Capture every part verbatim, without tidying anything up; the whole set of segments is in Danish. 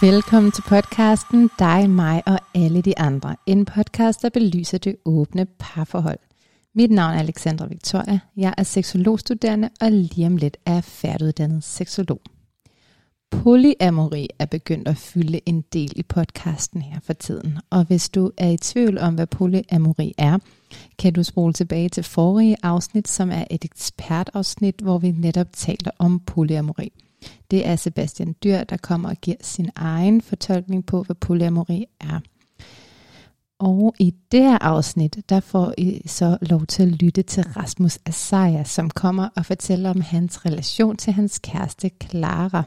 Velkommen til podcasten Dig, mig og alle de andre. En podcast, der belyser det åbne parforhold. Mit navn er Alexandra Victoria. Jeg er seksologstuderende og lige om lidt er færdiguddannet seksolog. Polyamori er begyndt at fylde en del i podcasten her for tiden. Og hvis du er i tvivl om, hvad polyamori er, kan du spole tilbage til forrige afsnit, som er et ekspertafsnit, hvor vi netop taler om polyamori. Det er Sebastian Dyhr, der kommer og giver sin egen fortolkning på, hvad polyamori er. Og i det her afsnit, der får I så lov til at lytte til Rasmus Asaya, som kommer og fortæller om hans relation til hans kæreste Clara.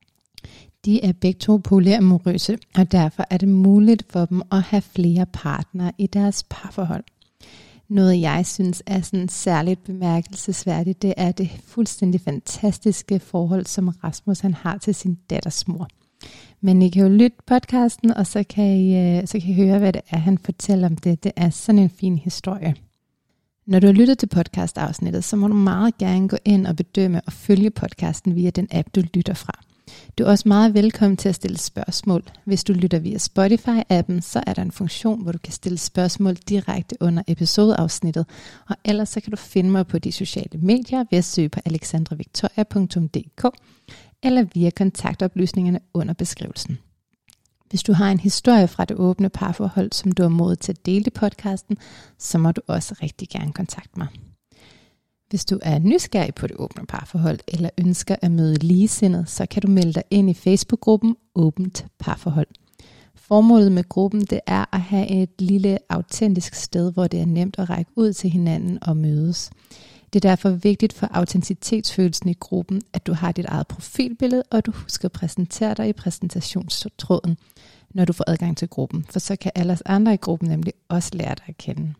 De er begge to polyamorøse, og derfor er det muligt for dem at have flere partnere i deres parforhold. Noget jeg synes er sådan særligt bemærkelsesværdigt, det er det fuldstændig fantastiske forhold, som Rasmus han har til sin datters mor. Men I kan jo lytte podcasten, og så kan I, så kan I høre, hvad det er, han fortæller om det. Det er sådan en fin historie. Når du har lyttet til podcastafsnittet, så må du meget gerne gå ind og bedømme og følge podcasten via den app, du lytter fra. Du er også meget velkommen til at stille spørgsmål. Hvis du lytter via Spotify-appen, så er der en funktion, hvor du kan stille spørgsmål direkte under episodeafsnittet. Og ellers så kan du finde mig på de sociale medier ved at søge på alexandra victoria punktum d k eller via kontaktoplysningerne under beskrivelsen. Hvis du har en historie fra det åbne parforhold, som du har modet til at dele i podcasten, så må du også rigtig gerne kontakte mig. Hvis du er nysgerrig på det åbne parforhold, eller ønsker at møde ligesindet, så kan du melde dig ind i Facebook-gruppen Åbent Parforhold. Formålet med gruppen, det er at have et lille autentisk sted, hvor det er nemt at række ud til hinanden og mødes. Det er derfor vigtigt for autenticitetsfølelsen i gruppen, at du har dit eget profilbillede, og du husker at præsentere dig i præsentationstråden, når du får adgang til gruppen, for så kan alle andre i gruppen nemlig også lære dig at kende.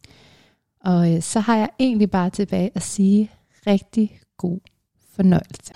Og øh, så har jeg egentlig bare tilbage at sige rigtig god fornøjelse.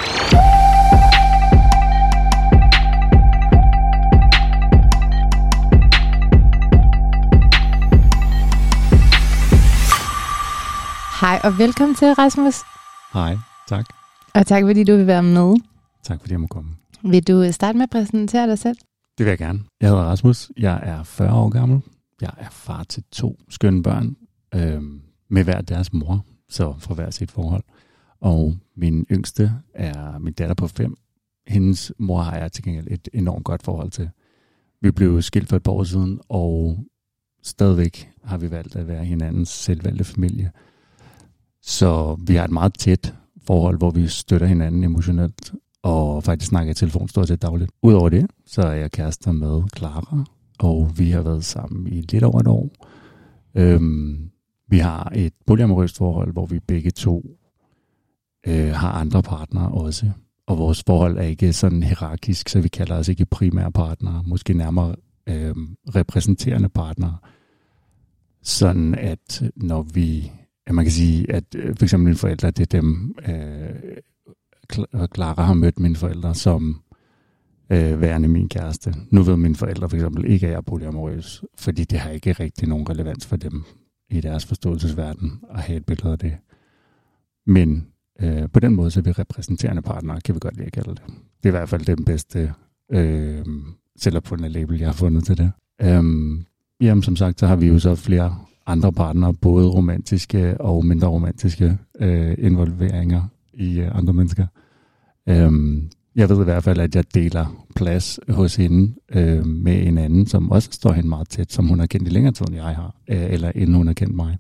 Hej og velkommen til, Rasmus. Hej, tak. Og tak fordi du vil være med. Tak fordi jeg må komme. Vil du starte med at præsentere dig selv? Det vil jeg gerne. Jeg hedder Rasmus, jeg er fyrre år gammel. Jeg er far til to skønne børn. Øhm, med hver deres mor, så fra hver sit forhold. Og min yngste er min datter på fem. Hendes mor har jeg til gengæld et enormt godt forhold til. Vi blev skilt for et par år siden, og stadigvæk har vi valgt at være hinandens selvvalgte familie. Så vi har et meget tæt forhold, hvor vi støtter hinanden emotionelt, og faktisk snakker i telefon stort set dagligt. Udover det, så er jeg kærester med Clara, og vi har været sammen i lidt over et år. Øhm, Vi har et polyamorøst forhold, hvor vi begge to øh, har andre partnere også. Og vores forhold er ikke sådan hierarkisk, så vi kalder os ikke primære partnere, måske nærmere øh, repræsenterende partnere. Sådan at når vi, at man kan sige, at øh, for eksempel mine forældre, det er dem, øh, Clara har mødt mine forældre som øh, værende min kæreste. Nu ved mine forældre for eksempel ikke, at jeg er polyamorøs, fordi det har ikke rigtig nogen relevans for dem i deres forståelsesverden at have et billede af det. Men øh, på den måde, så er vi repræsenterende partnere, kan vi godt lide at kalde det. Det er i hvert fald den bedste øh, selvopfundne label, jeg har fundet til det. Øhm, jamen, som sagt, så har vi jo så flere andre partnere, både romantiske og mindre romantiske øh, involveringer i øh, andre mennesker. Øhm, jeg ved i hvert fald, at jeg deler plads hos hende øh, med en anden, som også står hende meget tæt, som hun har kendt i længere tid, end jeg har, øh, eller inden hun har kendt mig.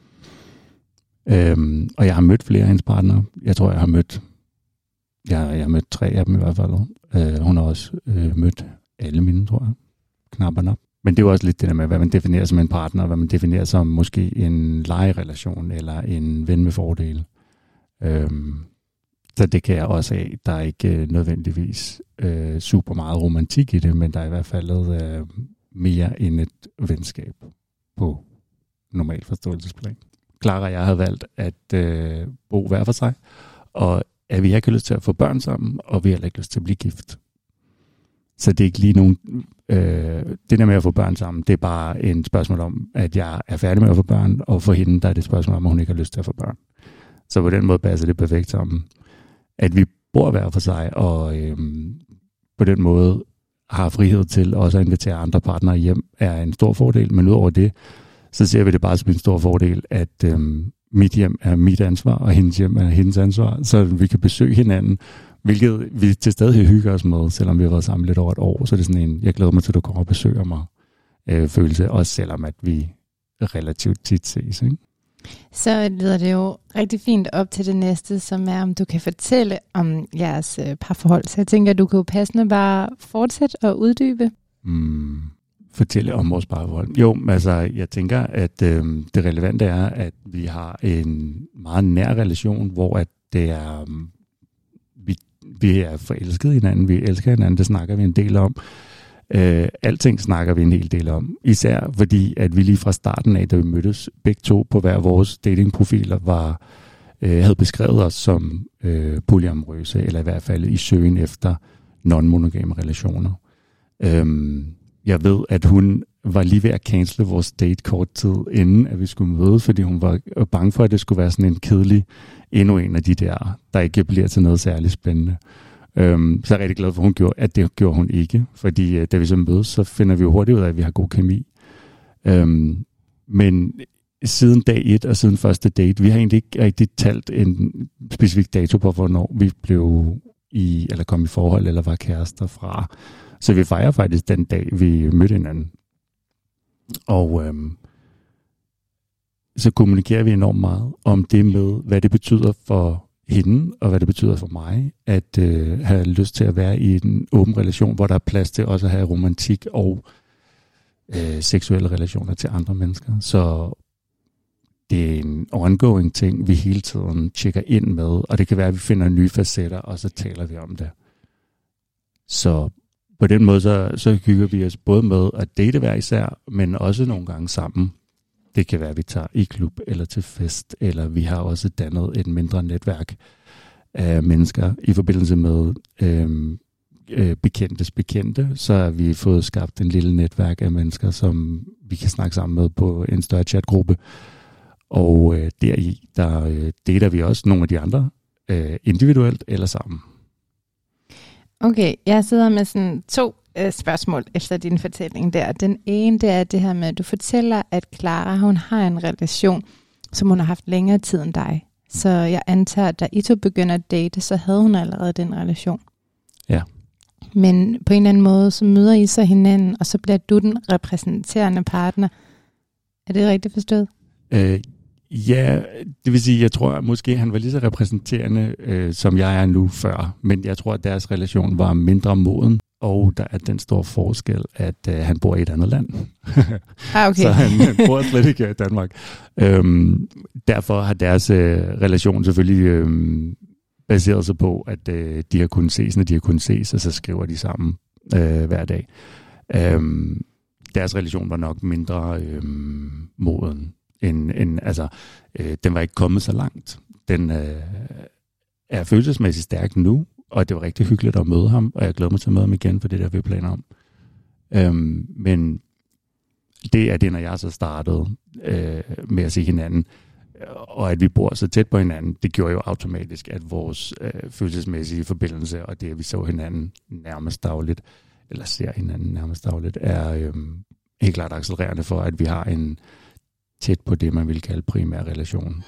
Øhm, og jeg har mødt flere af hendes partnere. Jeg tror, jeg har mødt, jeg, jeg har mødt tre af dem i hvert fald. Øh, hun har også øh, mødt alle mine, tror jeg, knap og nap. Men det er jo også lidt det der med, hvad man definerer som en partner, og hvad man definerer som måske en legerelation, eller en ven med fordele. Øhm, Så det kan jeg også af. Der er ikke nødvendigvis øh, super meget romantik i det, men der er i hvert fald øh, mere end et venskab på normal forståelsesplan. Clara og jeg havde valgt at øh, bo hver for sig, og at vi har ikke lyst til at få børn sammen, og vi har ikke lyst til at blive gift. Så det er ikke lige nogen... Øh, det der med at få børn sammen, det er bare en spørgsmål om, at jeg er færdig med at få børn, og for hende der er det et spørgsmål om, at hun ikke har lyst til at få børn. Så på den måde passer det perfekt sammen. At vi bor hver for sig, og øhm, på den måde har frihed til også at invitere andre partnere hjem, er en stor fordel. Men udover det, så ser vi det bare som en stor fordel, at øhm, mit hjem er mit ansvar, og hendes hjem er hendes ansvar, så vi kan besøge hinanden, hvilket vi til stadig hygger os med, selvom vi har været sammen lidt over et år. Så er det sådan en, jeg glæder mig til, at du kommer og besøger mig, øh, følelse, også selvom at vi relativt tit ses, ikke? Så leder det jo rigtig fint op til det næste, som er, om du kan fortælle om jeres øh, parforhold. Så jeg tænker, at du kan jo passende bare fortsætte og uddybe. Mm, fortælle om vores parforhold. Jo, altså jeg tænker, at øh, det relevante er, at vi har en meget nær relation, hvor at det er, øh, vi, vi er forelskede i hinanden, vi elsker hinanden, det snakker vi en del om. Uh, alting snakker vi en hel del om, især fordi, at vi lige fra starten af, da vi mødtes, begge to på hver vores datingprofiler, var, uh, havde beskrevet os som uh, polyamorøse, eller i hvert fald i søgen efter non-monogame relationer. Um, jeg ved, at hun var lige ved at cancele vores date kort tid, inden at vi skulle mødes, fordi hun var bange for, at det skulle være sådan en kedelig, endnu en af de der, der ikke bliver til noget særligt spændende. Um, så er jeg rigtig glad for, at hun gjorde, at det gjorde hun ikke. Fordi uh, da vi så mødes, så finder vi jo hurtigt ud af, at vi har god kemi. Um, men siden dag et og siden første date, vi har egentlig ikke rigtig talt en specifik dato på, hvornår vi blev i, eller kom i forhold, eller var kærester fra. Så vi fejrer faktisk den dag, vi mødte hinanden. Og um, så kommunikerer vi enormt meget om det med, hvad det betyder for hende, og hvad det betyder for mig, at øh, have lyst til at være i en åben relation, hvor der er plads til også at have romantik og øh, seksuelle relationer til andre mennesker. Så det er en ongoing ting, vi hele tiden tjekker ind med, og det kan være, at vi finder nye facetter, og så taler vi om det. Så på den måde, så, så hygger vi os både med at date hver især, men også nogle gange sammen. Det kan være, at vi tager i klub eller til fest, eller vi har også dannet et mindre netværk af mennesker i forbindelse med øh, øh, bekendtes bekendte. Så har vi fået skabt en lille netværk af mennesker, som vi kan snakke sammen med på en større chatgruppe. Og øh, deri, der øh, dater vi også nogle af de andre øh, individuelt eller sammen. Okay, jeg sidder med sådan to øh, spørgsmål efter din fortælling der. Den ene, det er det her med, at du fortæller, at Clara, hun har en relation, som hun har haft længere tid end dig. Så jeg antager, at da I to begynder at date, så havde hun allerede den relation. Ja. Men på en eller anden måde, så møder I så hinanden, og så bliver du den repræsenterende partner. Er det rigtigt forstået? Øh, ja, det vil sige, jeg tror at måske, han var lige så repræsenterende, øh, som jeg er nu før. Men jeg tror, at deres relation var mindre moden. Og der er den store forskel, at øh, han bor i et andet land. Ah, okay. Så han, han bor slet ikke i Danmark. Øhm, derfor har deres øh, relation selvfølgelig øh, baseret sig på, at øh, de har kunnet ses, når de har kunnet ses, og så skriver de sammen øh, hver dag. Øhm, deres relation var nok mindre øh, moden. End, end, altså, øh, den var ikke kommet så langt. Den øh, er følelsesmæssigt stærk nu, og det var rigtig hyggeligt at møde ham, og jeg glæder mig til at møde ham igen, for det der vi planer om. Øhm, men det er det, når jeg så startede øh, med at se hinanden, og at vi bor så tæt på hinanden, det gjorde jo automatisk, at vores øh, følelsesmæssige forbindelse, og det, at vi så hinanden nærmest dagligt, eller ser hinanden nærmest dagligt, er øh, helt klart accelererende for, at vi har en tæt på det, man vil kalde primær relation.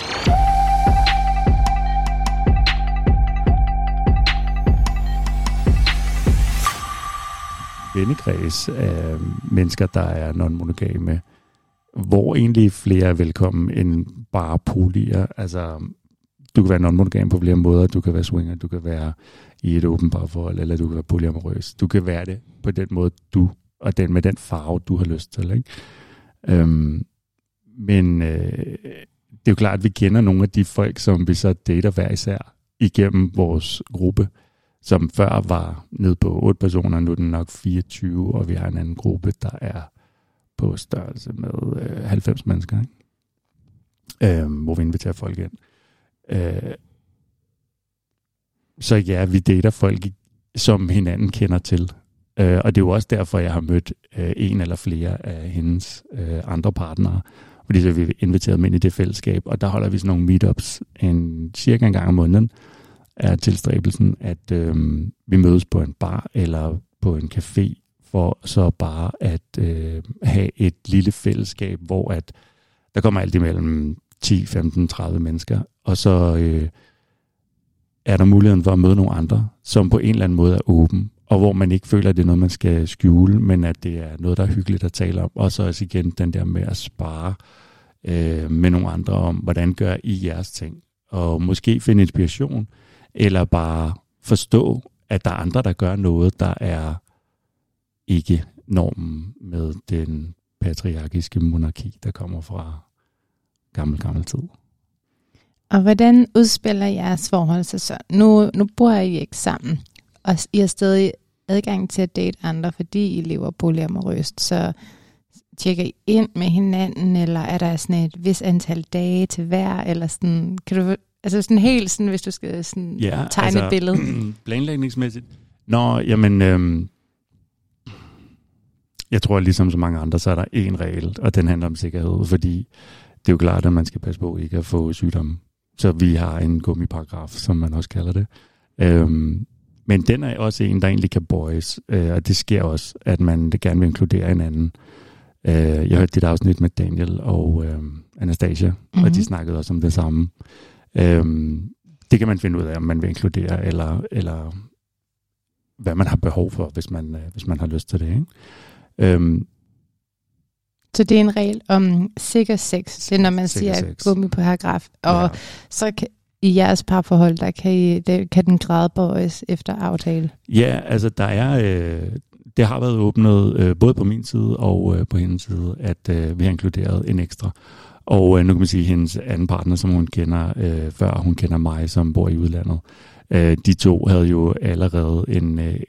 Vennekreds af mennesker, der er non-monogame, hvor egentlig flere er velkommen end bare polyer. Altså, du kan være non-monogame på flere måder. Du kan være swinger, du kan være i et åbent parforhold, eller du kan være polyamorøs. Du kan være det på den måde, du, og den med den farve, du har lyst til. Ikke? Øhm, men øh, det er jo klart, at vi kender nogle af de folk, som vi så dater hver især igennem vores gruppe, som før var nede på otte personer, nu er den nok fireogtyve, og vi har en anden gruppe, der er på størrelse med øh, halvfems mennesker, ikke? Øh, hvor vi inviterer folk ind. Øh, så ja, vi dater folk, som hinanden kender til. Øh, og det er jo også derfor, jeg har mødt øh, en eller flere af hendes øh, andre partnere, fordi så vi inviteret dem ind i det fællesskab, og der holder vi sådan nogle meetups en, cirka en gang om måneden, er tilstræbelsen, at øh, vi mødes på en bar, eller på en café, for så bare at øh, have et lille fællesskab, hvor at der kommer alt imellem ti, femten, tredive mennesker, og så øh, er der muligheden for at møde nogle andre, som på en eller anden måde er åben, og hvor man ikke føler, at det er noget, man skal skjule, men at det er noget, der er hyggeligt at tale om. Og så også igen den der med at spare øh, med nogle andre om, hvordan gør I jeres ting, og måske finde inspiration, eller bare forstå, at der er andre, der gør noget, der er ikke normen med den patriarkiske monarki, der kommer fra gammel, gammel tid. Og hvordan udspiller jeres forhold sig så? Nu, nu bor I ikke sammen, og I har stadig adgang til at date andre, fordi I lever polyamorøst, så tjekker I ind med hinanden, eller er der sådan et vis antal dage til hver, eller sådan, kan du, altså sådan helt sådan, hvis du skal sådan ja, tegne altså, et billede? Planlægningsmæssigt? Nå, jamen, øhm, jeg tror ligesom så mange andre, så er der én regel, og den handler om sikkerhed, fordi det er jo klart, at man skal passe på ikke at få sygdomme. Så vi har en gummiparagraf, som man også kalder det. Øhm, men den er også en, der egentlig kan bøjes, øh, og det sker også, at man gerne vil inkludere hinanden. Øh, jeg hørte dit afsnit med Daniel og øh, Anastasia, mm-hmm. og de snakkede også om det samme. Øhm, det kan man finde ud af, om man vil inkludere, eller, eller hvad man har behov for, hvis man, øh, hvis man har lyst til det. Ikke? Øhm, Så det er en regel om sikker sex, det er, når man siger gummiparagraf. Og ja. Så kan, i jeres parforhold, der kan, I, det, kan den gradbøjes efter aftale? Ja, altså der er, øh, det har været åbnet øh, både på min side og øh, på hendes side, at øh, vi har inkluderet en ekstra. Og øh, nu kan man sige, at hendes anden partner, som hun kender øh, før, hun kender mig, som bor i udlandet. Øh, de to havde jo allerede en, øh,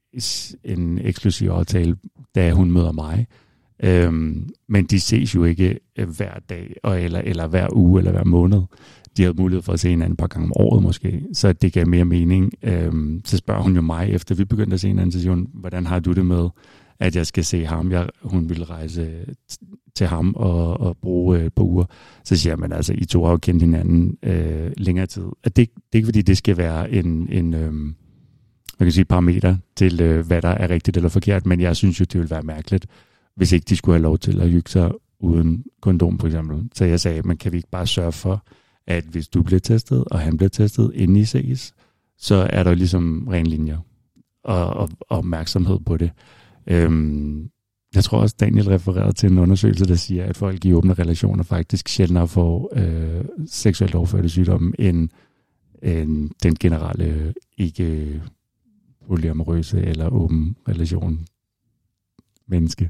en eksklusiv aftale, da hun møder mig. Øhm, men de ses jo ikke øh, hver dag, og, eller, eller hver uge, eller hver måned. De har mulighed for at se hinanden et par gange om året måske, så det gav mere mening. Øhm, så spørger hun jo mig, efter vi begyndte at se hinanden, så siger hun, hvordan har du det med, at jeg skal se ham? Jeg, hun ville rejse t- til ham og, og bruge et par uger. Så siger man altså, I to har jo kendt hinanden øh, længere tid. At det, det er ikke fordi, det skal være en, en øh, man kan sige, parameter til, øh, hvad der er rigtigt eller forkert, men jeg synes jo, det ville være mærkeligt, hvis ikke de skulle have lov til at hygge sig uden kondom, for eksempel. Så jeg sagde, men kan vi ikke bare sørge for, at hvis du bliver testet, og han bliver testet, inden I ses, så er der jo ligesom ren linjer og, og, og opmærksomhed på det. Øhm, jeg tror også, Daniel refererede til en undersøgelse, der siger, at folk i åbne relationer faktisk sjældnere får øh, seksuelt overførte sygdomme, end, end den generelle ikke polyamorøse eller åben relation menneske.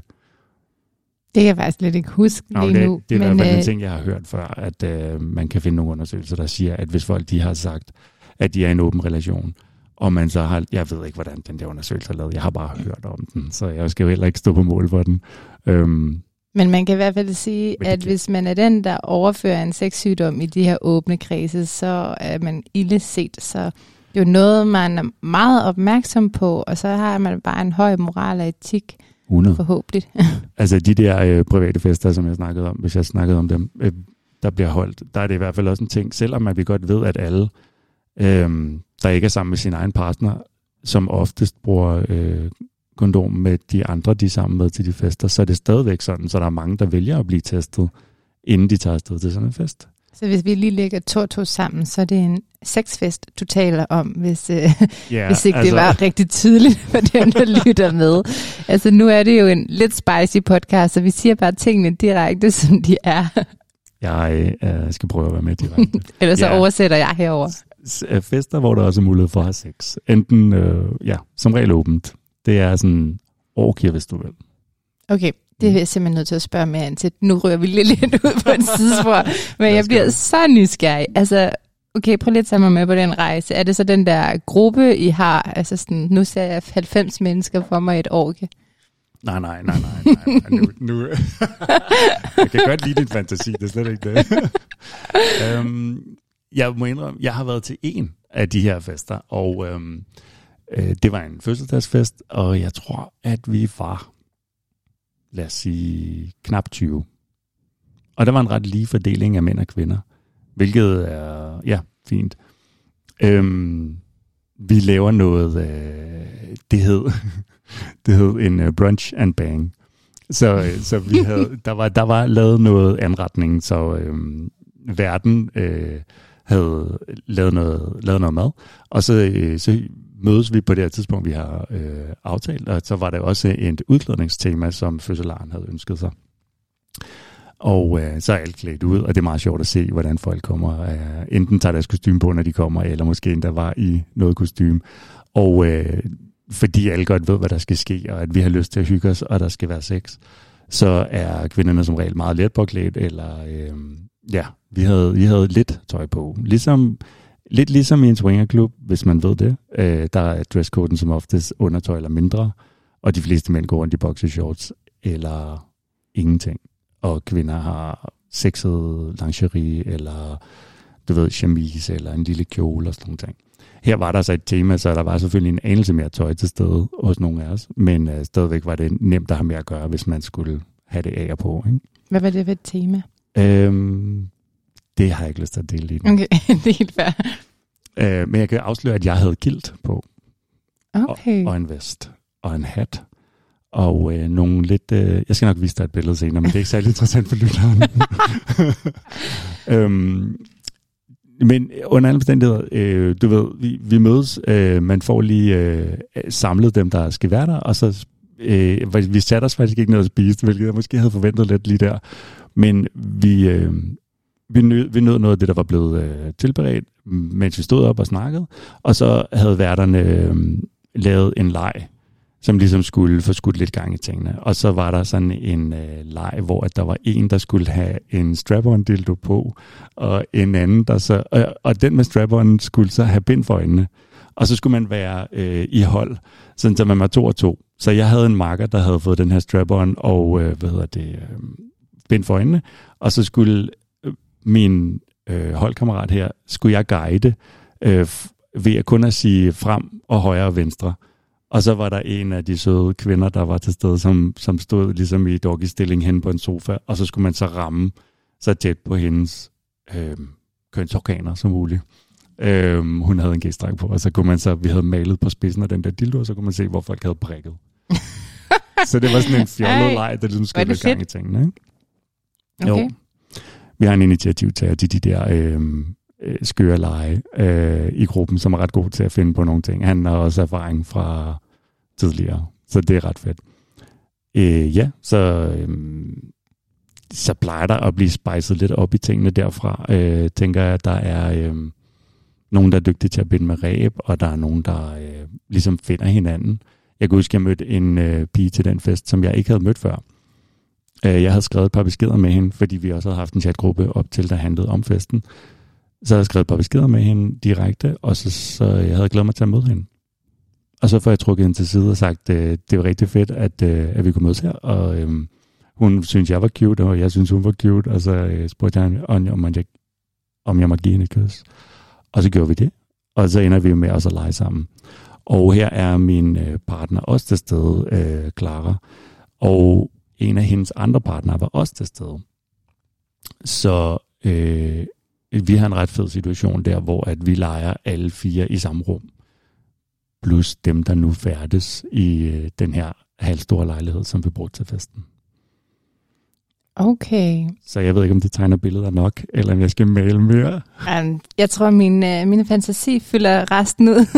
Det kan jeg faktisk lidt ikke huske lige Nå, det, nu. Det er men, i hvert fald øh, en ting, jeg har hørt før, at øh, man kan finde nogle undersøgelser, der siger, at hvis folk de har sagt, at de er i en åben relation, og man så har, jeg ved ikke, hvordan den der undersøgelse er lavet, jeg har bare hørt om den, så jeg skal jo heller ikke stå på mål for den. Øhm, men man kan i hvert fald sige, at kan. Hvis man er den, der overfører en sexsygdom i de her åbne kredse, så er man ilde set, så det er jo noget, man er meget opmærksom på, og så har man bare en høj moral og etik, hundrede forhåbentlig. Altså de der øh, private fester, som jeg snakkede om, hvis jeg snakkede om dem, øh, der bliver holdt, der er det i hvert fald også en ting, selvom man vi godt ved, at alle, øh, der ikke er sammen med sin egen partner, som oftest bruger øh, kondom med de andre, de er sammen med til de fester, så er det stadigvæk sådan, så der er mange, der vælger at blive testet, inden de tager afsted til sådan en fest. Så hvis vi lige lægger to og to sammen, så er det en sexfest, du taler om, hvis, øh, yeah, hvis ikke altså... det var rigtig tydeligt for dem, der lytter med. Altså nu er det jo en lidt spicy podcast, så vi siger bare tingene direkte, som de er. Jeg øh, skal prøve at være med direkte. Ellers så ja. oversætter jeg herover. Fester, hvor der også er mulighed for at have sex. Enten, øh, ja, som regel åbent. Det er sådan orgie, hvis du vil. Okay. Det er jeg simpelthen nødt til at spørge mere ind til. Nu rører vi lidt ud på en sidespor, men jeg bliver så nysgerrig. Altså, okay, prøv lidt at tage mig med på den rejse. Er det så den der gruppe, I har? Altså sådan, nu ser jeg halvfems mennesker for mig i et orgie. Nej, nej, nej, nej, nej. Nu, nu. Jeg kan godt lide din fantasi, det er slet ikke det. um, jeg må indrømme, jeg har været til en af de her fester, og um, øh, det var en fødselsdagsfest, og jeg tror, at vi var... lad os sige, knap tyve. Og der var en ret lige fordeling af mænd og kvinder, hvilket er, ja, fint. Øhm, vi laver noget, øh, det hed, det hed en uh, brunch and bang. Så, så vi havde, der, var, der var lavet noget anretning, så øh, verden øh, havde lavet noget, lavet noget mad, og så, øh, så mødes vi på det her tidspunkt, vi har øh, aftalt, og så var der også et udklædningstema, som fødselaren havde ønsket sig. Og øh, så er alt klædt ud, og det er meget sjovt at se, hvordan folk kommer. Øh, enten tager deres kostume på, når de kommer, eller måske endda var i noget kostume. Og øh, fordi alle godt ved, hvad der skal ske, og at vi har lyst til at hygge os, og der skal være sex, så er kvinderne som regel meget let påklædt, eller øh, ja, vi havde, vi havde lidt tøj på. Ligesom, lidt ligesom i en swingerklub, hvis man ved det. Øh, der er dresskoden som oftest undertøj eller mindre, og de fleste mænd går rundt i boxershorts, eller ingenting. Og kvinder har sexet lingerie, eller du ved, chemise, eller en lille kjole og sådan noget. Her var der så et tema, så der var selvfølgelig en anelse mere tøj til stede hos nogle af os, men øh, stadigvæk var det nemt at have mere at gøre, hvis man skulle have det af og på. Ikke? Hvad var det for et tema? Øhm, det har jeg ikke lyst til at dele i. Okay, det er helt fair. Øh, men jeg kan afsløre, at jeg havde kilt på, okay. og, og en vest, og en hat, og øh, nogle lidt... Øh, jeg skal nok vise dig et billede senere, men det er ikke særlig interessant for lytteren. øhm, men under alle omstændigheder, øh, du ved, vi, vi mødes, øh, man får lige øh, samlet dem, der skal være der, og så øh, vi satte os faktisk ikke ned og spiste, hvilket jeg måske havde forventet lidt lige der, men vi, øh, vi, nød, vi nød noget af det, der var blevet øh, tilberedt, mens vi stod op og snakkede, og så havde værterne øh, lavet en leg, som ligesom skulle få skudt lidt gang i tingene. Og så var der sådan en øh, leg, hvor at der var en, der skulle have en strap-on dildo på, og en anden, der så... Øh, og den med strap-on skulle så have bind for øjnene. Og så skulle man være øh, i hold, sådan så man var to og to. Så jeg havde en makker, der havde fået den her strap-on og, øh, hvad hedder det, øh, bind for øjnene. Og så skulle øh, min øh, holdkammerat her, skulle jeg guide øh, ved at kun at sige frem og højre og venstre. Og så var der en af de søde kvinder, der var til stede, som, som stod ligesom i doggy-stilling hen på en sofa, og så skulle man så ramme så tæt på hendes øh, kønsorganer som muligt. Øh, hun havde en g-streng på, og så kunne man så, vi havde malet på spidsen af den der dildo, og så kunne man se, hvor folk havde prikket. Så det var sådan en fjollet leg, der ligesom skulle være gang i tingene. Ikke? Okay. Jo. Vi har en initiativtager til de der... Øh, skøre lege øh, i gruppen, som er ret god til at finde på nogle ting. Han har også erfaring fra tidligere, så det er ret fedt. Øh, ja, så, øh, så plejer der at blive spejset lidt op i tingene derfra. Øh, tænker jeg, at der er øh, nogen, der er dygtige til at binde med ræb, og der er nogen, der øh, ligesom finder hinanden. Jeg kan huske, at jeg mødte en øh, pige til den fest, som jeg ikke havde mødt før. Øh, jeg havde skrevet et par beskeder med hende, fordi vi også havde haft en chatgruppe op til, der handlede om festen. Så havde jeg skrevet et par beskeder med hende direkte, og så, så jeg havde glædet mig til at møde hende. Og så får jeg trukket hende til side og sagt, at det var rigtig fedt, at, at vi kunne mødes her. Og øhm, hun synes jeg var cute, og jeg synes hun var cute. Og så øh, spurgte jeg hende, om, om, jeg, om jeg måtte give hende et kys. Og så gjorde vi det. Og så ender vi med os at lege sammen. Og her er min øh, partner også til stede, øh, Clara. Og en af hendes andre partnere var også til stede. Så... Øh, vi har en ret fed situation der, hvor at vi leger alle fire i samme rum. Plus dem, der nu færdes i øh, den her halvstore lejlighed, som vi brugte til festen. Okay. Så jeg ved ikke, om det tegner billeder nok, eller om jeg skal male mere. Um, jeg tror, min øh, min fantasi fylder resten ud.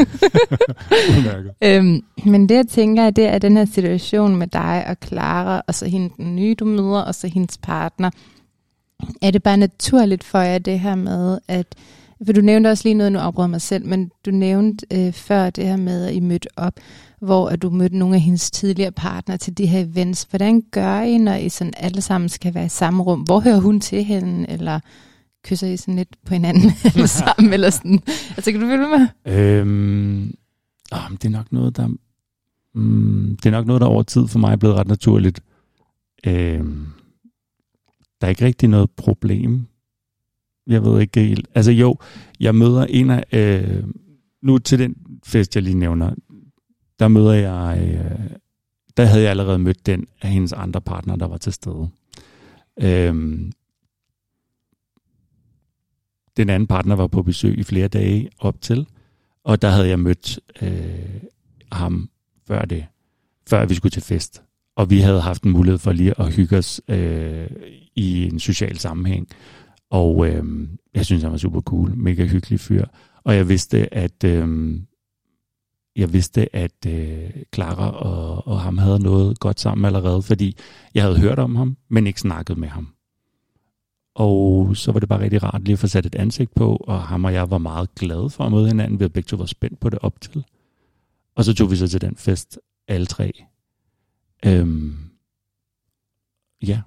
øhm, men det, jeg tænker, det er den her situation med dig og Clara, og så hende den nye, du møder, og så hendes partner. Er det bare naturligt for jer, det her med, at... For du nævnte også lige noget, nu afbryder mig selv, men du nævnte øh, før det her med, at I mødte op, hvor at du mødte nogle af hendes tidligere partnere til de her events. Hvordan gør I, når I sådan alle sammen skal være i samme rum? Hvor hører hun til hende, eller kysser I sådan lidt på hinanden eller sammen, eller sådan? Altså, kan du følge mig? Øhm, åh, det er nok noget, der... Mm, det er nok noget, der over tid for mig er blevet ret naturligt. Øhm, der er ikke rigtig noget problem. Jeg ved ikke helt. Altså jo, jeg møder en af... Øh, nu til den fest, jeg lige nævner, der møder jeg... Øh, der havde jeg allerede mødt den af hendes andre partner, der var til stede. Øhm, den anden partner var på besøg i flere dage op til, Og der havde jeg mødt øh, ham før det, før vi skulle til fest. Og vi havde haft en mulighed for lige at hygge os øh, i en social sammenhæng. Og øh, jeg synes, han var super cool, mega hyggelig fyr. Og jeg vidste, at øh, jeg vidste, at øh, Clara og, og ham havde noget godt sammen allerede, fordi jeg havde hørt om ham, men ikke snakket med ham. Og så var det bare rigtig rart lige at få sat et ansigt på, og ham og jeg var meget glade for at møde hinanden. Vi havde begge to været spændt på det op til. Og så tog vi så til den fest, alle tre. Øhm, ja.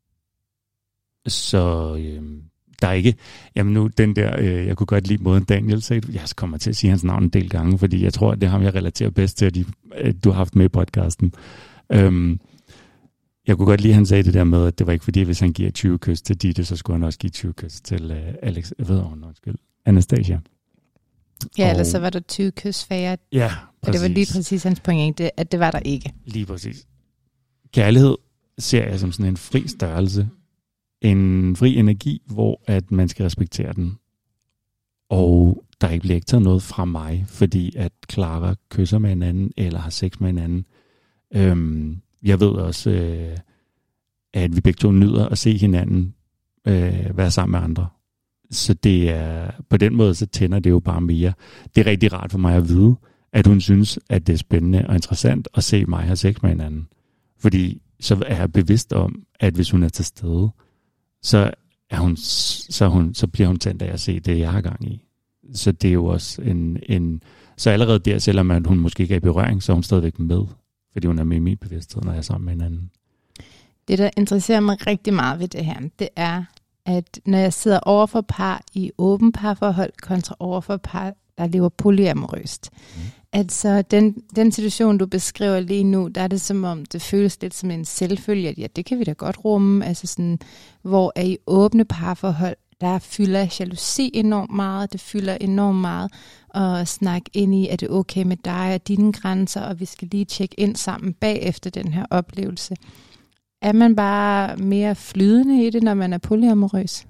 Så øhm, der er ikke... Jamen nu, den der... Øh, jeg kunne godt lide måden Daniel sagde. Jeg kommer til at sige hans navn en del gange, fordi jeg tror, at det er ham, jeg relaterer bedst til, at, de, at du har haft med i podcasten. Øhm, Jeg kunne godt lide, at han sagde det der med, at det var ikke fordi, hvis han giver tyve kys til Ditte, så skulle han også give tyve kys til uh, Alex, jeg ved hun, undskyld, Anastasia. Ja, og, ellers så var der tyve kys færre. Ja, præcis. Og det var lige præcis hans pointe, at det var der ikke. Lige præcis. Kærlighed ser jeg som sådan en fri størrelse. En fri energi, hvor at man skal respektere den. Og der ikke bliver ikke taget noget fra mig, fordi at Clara kysser med en anden, eller har sex med en anden. Øhm, Jeg ved også, øh, at vi begge to nyder at se hinanden øh, være sammen med andre. Så det er, på den måde, så tænder det jo bare mere. Det er rigtig rart for mig at vide, at hun synes, at det er spændende og interessant at se mig have sex med hinanden. Fordi så er jeg bevidst om, at hvis hun er til stede, så, er hun, så, hun, så bliver hun tændt af at se det, jeg har gang i. Så det er jo også en... en så allerede der, selvom at hun måske ikke er i berøring, så er hun stadigvæk med. Fordi hun er med i min bevidsthed, når jeg er sammen med hinanden. Det, der interesserer mig rigtig meget ved det her, det er, at når jeg sidder overfor par i åben parforhold kontra overfor par, der lever polyamorøst. Mm. Altså, den, den situation, du beskriver lige nu, der er det som om, det føles lidt som en selvfølge, at ja, det kan vi da godt rumme. Altså sådan, hvor er i åbne parforhold, der fylder jalousi enormt meget, det fylder enormt meget at snakke ind i, er det okay med dig og dine grænser, og vi skal lige tjekke ind sammen bagefter den her oplevelse. Er man bare mere flydende i det, når man er polyamorøs?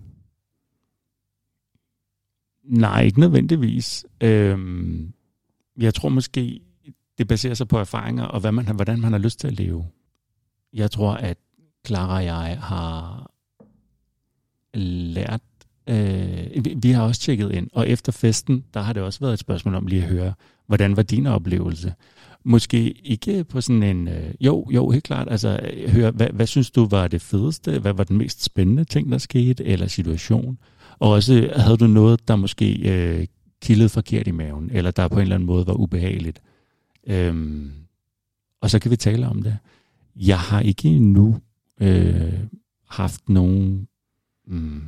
Nej, ikke nødvendigvis. Øhm, jeg tror måske, det baserer sig på erfaringer, og hvad man, hvordan man har lyst til at leve. Jeg tror, at Clara og jeg har lært, Øh, vi, vi har også tjekket ind, og efter festen, der har det også været et spørgsmål om lige at høre, hvordan var din oplevelse? Måske ikke på sådan en, øh, jo, jo, helt klart, altså høre, hvad, hvad synes du var det fedeste? Hvad var den mest spændende ting, der skete, eller situation? Og også, havde du noget, der måske øh, kildede forkert i maven, eller der på en eller anden måde var ubehageligt? Øhm, og så kan vi tale om det. Jeg har ikke endnu øh, haft nogen... Mm,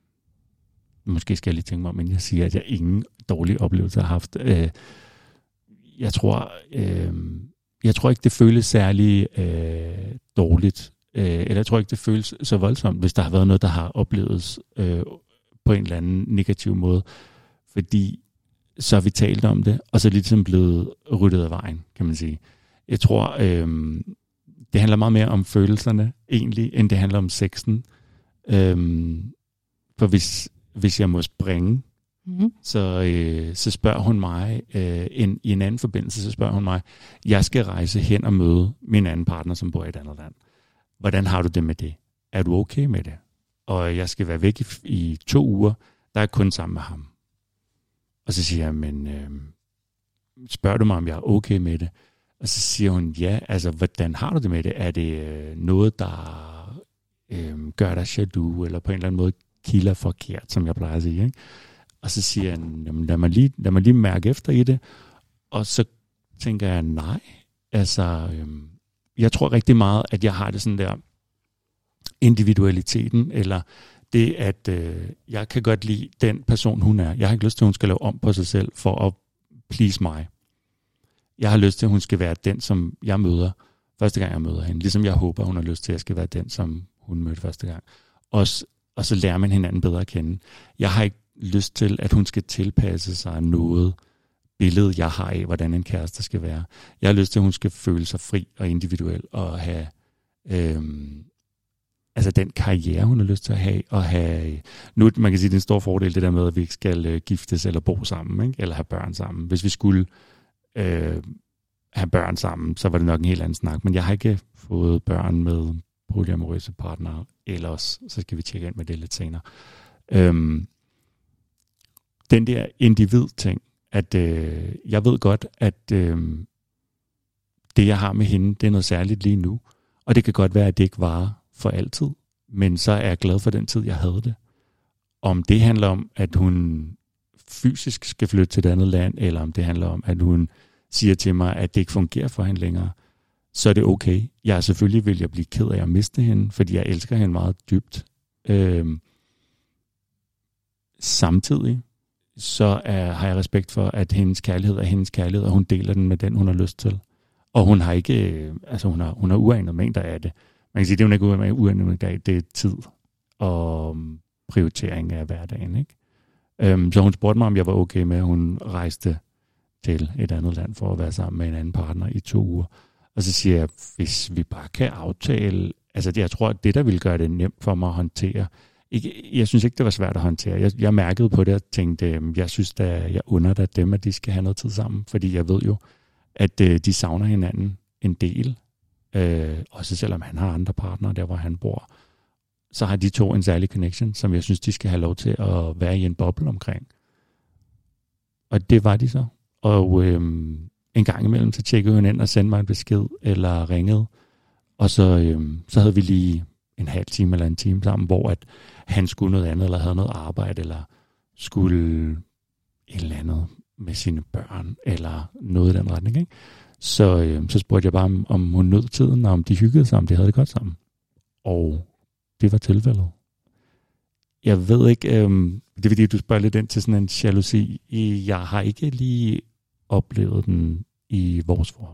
Måske skal jeg lige tænke mig om, inden jeg siger, at jeg ingen dårlige oplevelser har haft. Øh, jeg tror, øh, jeg tror ikke, det føles særlig øh, dårligt. Øh, eller jeg tror ikke, det føles så voldsomt, hvis der har været noget, der har oplevet øh, på en eller anden negativ måde. Fordi så har vi talt om det, og så er det ligesom blevet ryddet af vejen, kan man sige. Jeg tror, øh, det handler meget mere om følelserne egentlig, end det handler om sexen. Øh, for hvis Hvis jeg må springe, mm-hmm. så, øh, så spørger hun mig, øh, en, i en anden forbindelse, så spørger hun mig, jeg skal rejse hen og møde min anden partner, som bor i et andet land. Hvordan har du det med det? Er du okay med det? Og jeg skal være væk i, i to uger, der er kun sammen med ham. Og så siger jeg, men øh, spørger du mig, om jeg er okay med det? Og så siger hun, ja, altså, hvordan har du det med det? Er det øh, noget, der øh, gør dig jaloux, eller på en eller anden måde kilder forkert, som jeg plejer at sige, ikke? Og så siger jeg, jamen, lad mig lige, lad mig lige mærke efter i det. Og så tænker jeg, nej. Altså, øhm, jeg tror rigtig meget, at jeg har det sådan der individualiteten, eller det, at øh, jeg kan godt lide den person, hun er. Jeg har ikke lyst til, at hun skal lave om på sig selv for at please mig. Jeg har lyst til, at hun skal være den, som jeg møder første gang, jeg møder hende. Ligesom jeg håber, hun har lyst til, at jeg skal være den, som hun mødte første gang. Også Og så lærer man hinanden bedre at kende. Jeg har ikke lyst til, at hun skal tilpasse sig noget billede, jeg har af, hvordan en kæreste skal være. Jeg har lyst til, at hun skal føle sig fri og individuel, og have, øhm, altså den karriere, hun har lyst til at have, og have, nu man kan sige, det er en stor fordel, det der med, at vi ikke skal øh, giftes eller bo sammen, ikke? Eller have børn sammen. Hvis vi skulle øh, have børn sammen, så var det nok en helt anden snak, men jeg har ikke fået børn med polyamorøse partnere, ellers så skal vi tjekke ind med det lidt senere. Øhm, den der individ-ting, at øh, jeg ved godt, at øh, det, jeg har med hende, det er noget særligt lige nu, og det kan godt være, at det ikke varer for altid, men så er jeg glad for den tid, jeg havde det. Om det handler om, at hun fysisk skal flytte til et andet land, eller om det handler om, at hun siger til mig, at det ikke fungerer for hende længere, så er det okay. Jeg selvfølgelig vil jeg blive ked af at miste hende, fordi jeg elsker hende meget dybt. Øhm, samtidig så er, har jeg respekt for, at hendes kærlighed er hendes kærlighed, og hun deler den med den, hun har lyst til. Og hun har ikke, øh, altså hun har, hun har uanet mængder af det. Man kan sige, det er hun ikke uanet mængder af, det er tid og prioritering af hverdagen, ikke? Øhm, så hun spurgte mig, om jeg var okay med, at hun rejste til et andet land for at være sammen med en anden partner i to uger. Og så siger jeg, hvis vi bare kan aftale, altså det, jeg tror, at det, der ville gøre det nemt for mig at håndtere, ikke, jeg synes ikke, det var svært at håndtere. Jeg, jeg mærkede på det og tænkte, jeg synes, at jeg under dig dem, at de skal have noget tid sammen, fordi jeg ved jo, at øh, de savner hinanden en del, øh, også selvom han har andre partnere der, hvor han bor, så har de to en særlig connection, som jeg synes, de skal have lov til at være i en boble omkring. Og det var de så. Og øh, en gang imellem, så tjekkede hun ind og sendte mig en besked, eller ringede, og så, øh, så havde vi lige en halv time eller en time sammen, hvor at han skulle noget andet, eller havde noget arbejde, eller skulle et eller andet med sine børn, eller noget i den retning, ikke? Så, øh, så spurgte jeg bare, om, om hun nød tiden, og om de hyggede sig, om de havde det godt sammen. Og det var tilfældet. Jeg ved ikke, øh, det er fordi, du spørger lidt ind til sådan en jalousi. Jeg har ikke lige oplevet den i vores forhold.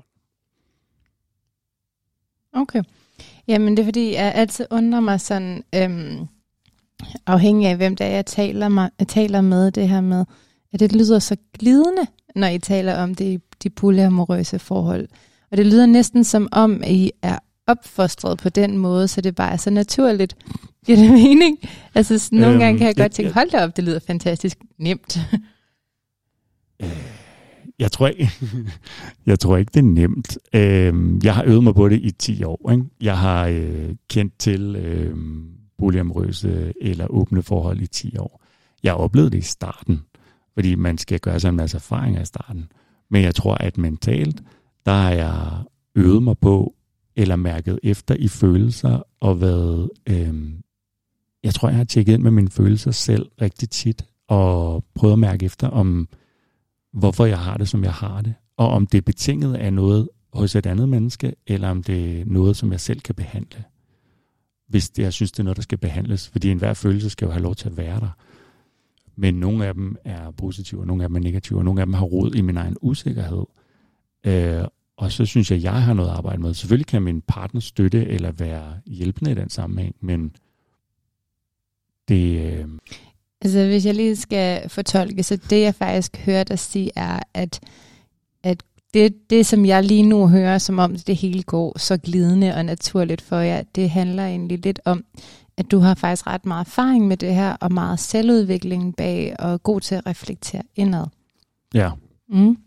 Okay. Jamen det er fordi, jeg altid undrer mig sådan, øhm, afhængig af hvem det er, jeg taler, mig, jeg taler med, det her med, at det lyder så glidende, når I taler om det, de polyamorøse forhold. Og det lyder næsten som om, at I er opfostret på den måde, så det bare er så naturligt. Giver det mening? Altså sådan, nogle øhm, gange kan jeg godt tænke, hold da op, det lyder fantastisk nemt. Jeg tror ikke, jeg tror ikke, det er nemt. Jeg har øvet mig på det i ti år. Ikke? Jeg har øh, kendt til øh, polyamorøse eller åbne forhold i ti år. Jeg har oplevet det i starten, fordi man skal gøre sig en masse erfaringer i starten. Men jeg tror, at mentalt, der har jeg øvet mig på, eller mærket efter i følelser, og været, øh, jeg tror, jeg har tjekket ind med mine følelser selv rigtig tit, og prøvet at mærke efter, om hvorfor jeg har det, som jeg har det, og om det er betinget af noget hos et andet menneske, eller om det er noget, som jeg selv kan behandle, hvis det, jeg synes, det er noget, der skal behandles, fordi enhver følelse skal jo have lov til at være der. Men nogle af dem er positive, og nogle af dem er negative, og nogle af dem har rod i min egen usikkerhed. Øh, og så synes jeg, at jeg har noget at arbejde med. Selvfølgelig kan min partner støtte eller være hjælpende i den sammenhæng, men det... Øh, Altså hvis jeg lige skal fortolke, så det jeg faktisk hører dig sige er, at, at det, det som jeg lige nu hører, som om det hele går så glidende og naturligt for jer, det handler egentlig lidt om, at du har faktisk ret meget erfaring med det her, og meget selvudvikling bag, og god til at reflektere indad. Ja. Mm.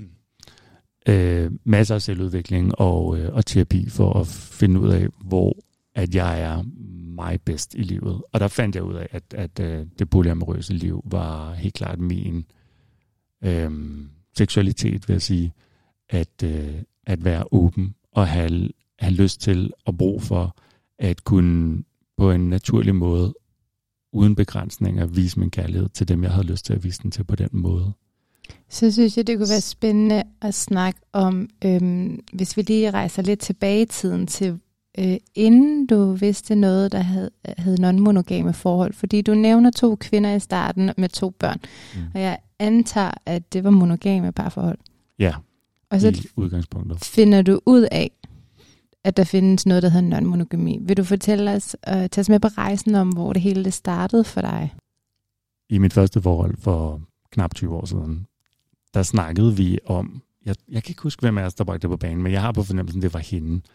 Øh, masser af selvudvikling og, øh, og terapi for at finde ud af, hvor at jeg er mig bedst i livet. Og der fandt jeg ud af, at, at, at det polyamorøse liv var helt klart min øh, seksualitet, vil jeg sige. At, øh, at være åben og have, have lyst til og brug for at kunne på en naturlig måde, uden begrænsninger, vise min kærlighed til dem, jeg havde lyst til at vise den til på den måde. Så synes jeg, det kunne være spændende at snakke om, øhm, hvis vi lige rejser lidt tilbage i tiden til, øh, inden du vidste noget, der hed, hed non-monogame forhold. Fordi du nævner to kvinder i starten med to børn, mm. og jeg antager, at det var monogame parforhold. Ja, og så i udgangspunktet. Finder du ud af, at der findes noget, der hedder non-monogami. Vil du fortælle os, uh, tage os med på rejsen om, hvor det hele det startede for dig? I mit første forhold for knap tyve år siden, der snakkede vi om, jeg, jeg kan ikke huske, hvem af os, der bragte det på banen, men jeg har på fornemmelsen, det var hende,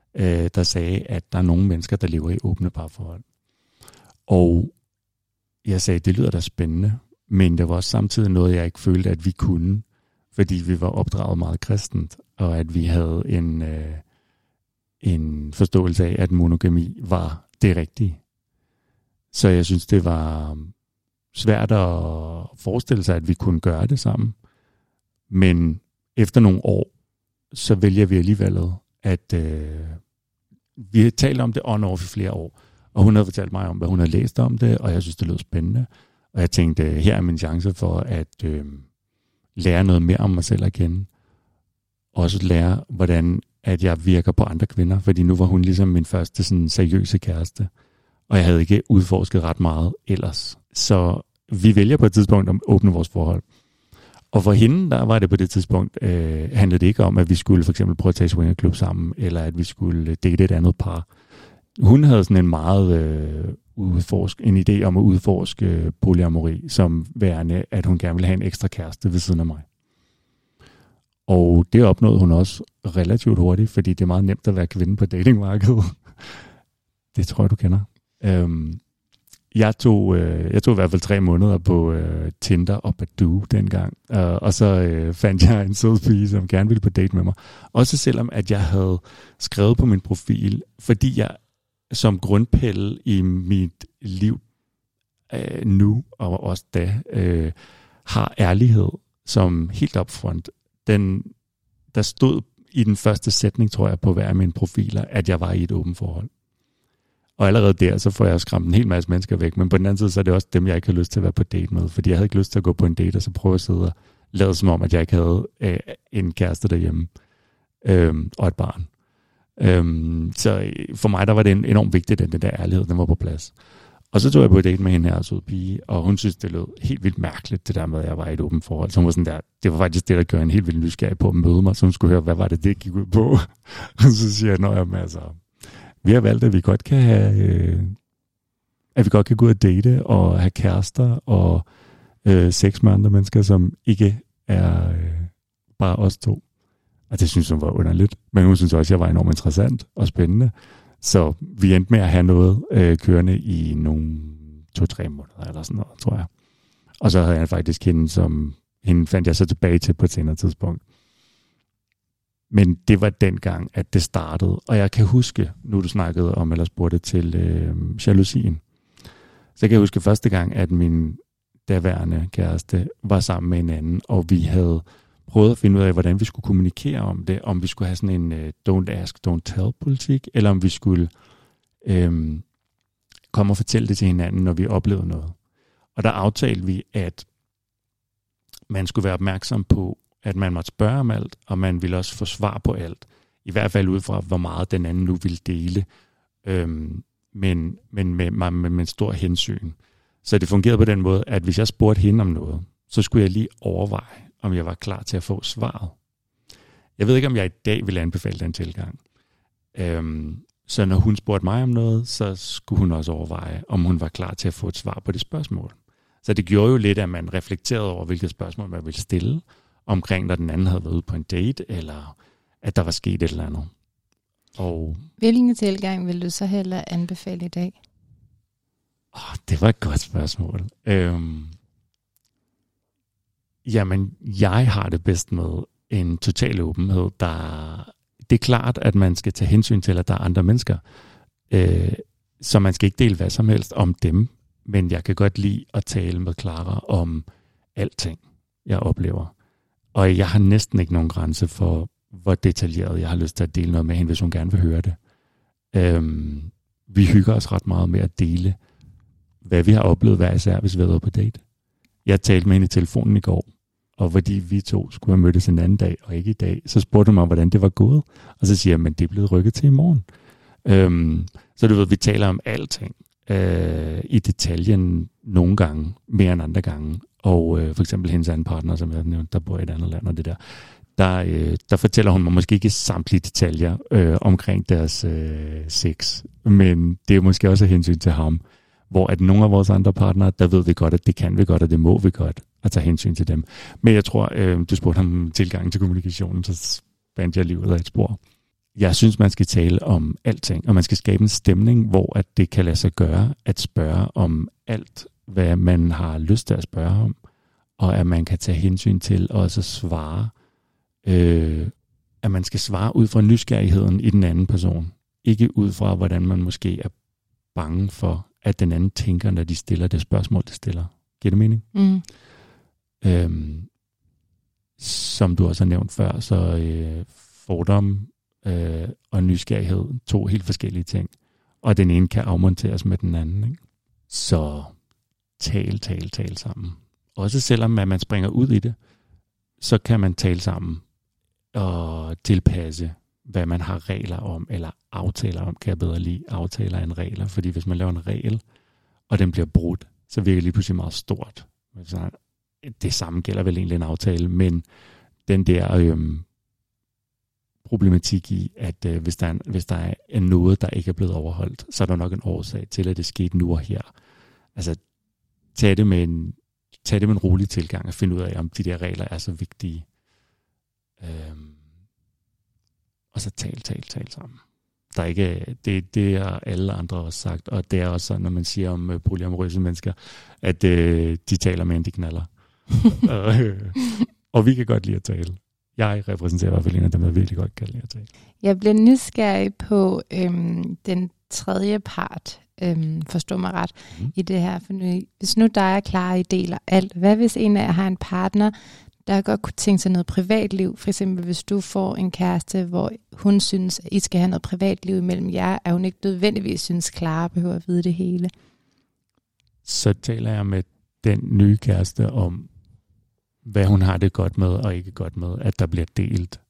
øh, der sagde, at der er nogle mennesker, der lever i åbne parforhold. Og jeg sagde, det lyder da spændende, men det var også samtidig noget, jeg ikke følte, at vi kunne, fordi vi var opdraget meget kristent, og at vi havde en, øh, en forståelse af, at monogami var det rigtige. Så jeg synes, det var svært at forestille sig, at vi kunne gøre det sammen. Men efter nogle år, så vælger vi alligevel, at øh, vi talte om det on-off i flere år. Og hun havde fortalt mig om, hvad hun havde læst om det, og jeg synes, det lød spændende. Og jeg tænkte, her er min chance for at øh, lære noget mere om mig selv at kende. Også lære, hvordan at jeg virker på andre kvinder, fordi nu var hun ligesom min første sådan, seriøse kæreste. Og jeg havde ikke udforsket ret meget ellers. Så vi vælger på et tidspunkt at åbne vores forhold. Og for hende, der var det på det tidspunkt, øh, handlede det ikke om, at vi skulle for eksempel prøve at tage swingerklub sammen, eller at vi skulle date et andet par. Hun havde sådan en meget øh, udforsk, en idé om at udforske polyamori, som værende, at hun gerne ville have en ekstra kæreste ved siden af mig. Og det opnåede hun også relativt hurtigt, fordi det er meget nemt at være kvinde på datingmarkedet. Det tror jeg, du kender. Øhm, jeg, tog, øh, jeg tog i hvert fald tre måneder på øh, Tinder og Badoo dengang, øh, og så øh, fandt jeg en sød pige, som gerne ville på date med mig. Også selvom, at jeg havde skrevet på min profil, fordi jeg som grundpille i mit liv øh, nu, og også da, øh, har ærlighed som helt upfront. Den, der stod i den første sætning, tror jeg, på hver af mine profiler, at jeg var i et åbent forhold. Og allerede der, så får jeg skræmt en hel masse mennesker væk, men på den anden side, så er det også dem, jeg ikke har lyst til at være på date med, fordi jeg havde ikke lyst til at gå på en date, og så prøve at sidde og lade som om, at jeg ikke havde øh, en kæreste derhjemme, øh, og et barn. Øhm, så for mig, der var det enormt vigtigt, at den der ærlighed, den var på plads. Og så tog jeg på et date med hende her, sød pige, og hun synes, det lød helt vildt mærkeligt, det der med, at jeg var i et åbent forhold. Så hun var sådan der, det var faktisk det, der gjorde en helt vildt nysgerrig på at møde mig, så hun skulle høre, hvad var det, det gik ud på. Og så siger jeg, nå jamen altså, vi har valgt, at vi godt kan have, øh, at vi godt kan gå ud og date, og have kærester, og øh, sex med andre mennesker, som ikke er øh, bare os to. Og det synes hun var underligt. Men hun synes også, at jeg var enormt interessant og spændende. Så vi endte med at have noget øh, kørende i nogle to-tre måneder eller sådan noget, tror jeg. Og så havde jeg faktisk hende, som hende fandt jeg så tilbage til på et senere tidspunkt. Men det var dengang, at det startede. Og jeg kan huske, nu du snakkede om, eller spurgte til øh, jalousien. Så jeg kan huske første gang, at min daværende kæreste var sammen med en anden, og vi havde prøvet at finde ud af, hvordan vi skulle kommunikere om det, om vi skulle have sådan en uh, don't ask, don't tell politik, eller om vi skulle øhm, komme og fortælle det til hinanden, når vi oplevede noget. Og der aftalte vi, at man skulle være opmærksom på, at man måtte spørge om alt, og man ville også få svar på alt. I hvert fald ud fra, hvor meget den anden nu ville dele, øhm, men, men med, med, med, med stor hensyn. Så det fungerede på den måde, at hvis jeg spurgte hende om noget, så skulle jeg lige overveje, om jeg var klar til at få svaret. Jeg ved ikke, om jeg i dag ville anbefale den tilgang. Øhm, så når hun spurgte mig om noget, så skulle hun også overveje, om hun var klar til at få et svar på det spørgsmål. Så det gjorde jo lidt, at man reflekterede over, hvilket spørgsmål man ville stille, omkring når den anden havde været ude på en date, eller at der var sket et eller andet. Og hvilken tilgang vil du så hellere anbefale i dag? Åh, det var et godt spørgsmål. Øhm, Jamen, jeg har det bedst med en total åbenhed. Der, det er klart, at man skal tage hensyn til, at der er andre mennesker. Øh, så man skal ikke dele hvad som helst om dem. Men jeg kan godt lide at tale med Clara om alting, jeg oplever. Og jeg har næsten ikke nogen grænse for, hvor detaljeret jeg har lyst til at dele noget med hende, hvis hun gerne vil høre det. Øh, vi hygger os ret meget med at dele, hvad vi har oplevet hver især, hvis vi har været på date. Jeg talte med hende i telefonen i går, og fordi vi to skulle have mødtes en anden dag, og ikke i dag, så spurgte hun mig, hvordan det var gået. Og så siger jeg, men det er blevet rykket til i morgen. Øhm, så du ved, vi taler om alting øh, i detaljen nogle gange, mere end andre gange. Og øh, for eksempel hendes anden partner, som jeg nævnte, der bor i et andet land, og det der, der, øh, der fortæller hun mig måske ikke samtlige detaljer øh, omkring deres øh, sex, men det er måske også af hensyn til ham. Hvor at nogle af vores andre partnere, der ved vi godt, at det kan vi godt, og det må vi godt, at tage hensyn til dem. Men jeg tror, øh, du spurgte om tilgangen til kommunikationen, så spændte jeg livet af et spor. jeg synes, man skal tale om alting, og man skal skabe en stemning, hvor at det kan lade sig gøre at spørge om alt, hvad man har lyst til at spørge om, og at man kan tage hensyn til og også svare, øh, at man skal svare ud fra nysgerrigheden i den anden person. Ikke ud fra, hvordan man måske er bange for, at den anden tænker, når de stiller det spørgsmål, de stiller. Giver det mening? Mm. Øhm, som du også har nævnt før, så øh, fordom øh, og nysgerrighed, to helt forskellige ting. Og den ene kan afmonteres med den anden. Ikke? Så tal, tal, tal sammen. Også selvom at man springer ud i det, så kan man tale sammen og tilpasse, hvad man har regler om, eller aftaler om, kan jeg bedre lide aftaler end regler. Fordi hvis man laver en regel, og den bliver brudt, så virker det lige pludselig meget stort. Det samme gælder vel egentlig en aftale, men den der øhm, problematik i, at øh, hvis, der er, hvis der er noget, der ikke er blevet overholdt, så er der nok en årsag til, at det skete nu og her. Altså, tag det med en, tag det med en rolig tilgang og finde ud af, om de der regler er så vigtige. Øhm, og så tal, tal, tal sammen. Der er ikke, det, det er alle andre også sagt, og det er også sådan, når man siger om øh, polyamorøse mennesker, at øh, de taler mere, end de knaller. og, øh, og vi kan godt lide at tale. Jeg repræsenterer i hvert fald en af dem, der virkelig godt kan lide at tale. Jeg bliver nysgerrig på øhm, den tredje part, øhm, forstå mig ret, mm. i det her. For nu, hvis nu dig og Clara, I deler alt, hvad hvis en af jer har en partner, der godt kunne tænke sig noget privatliv? For eksempel, hvis du får en kæreste, hvor hun synes, at I skal have noget privatliv imellem jer, er hun ikke nødvendigvis synes, Clara behøver at vide det hele. Så taler jeg med den nye kæreste om, hvad hun har det godt med og ikke godt med, at der bliver delt.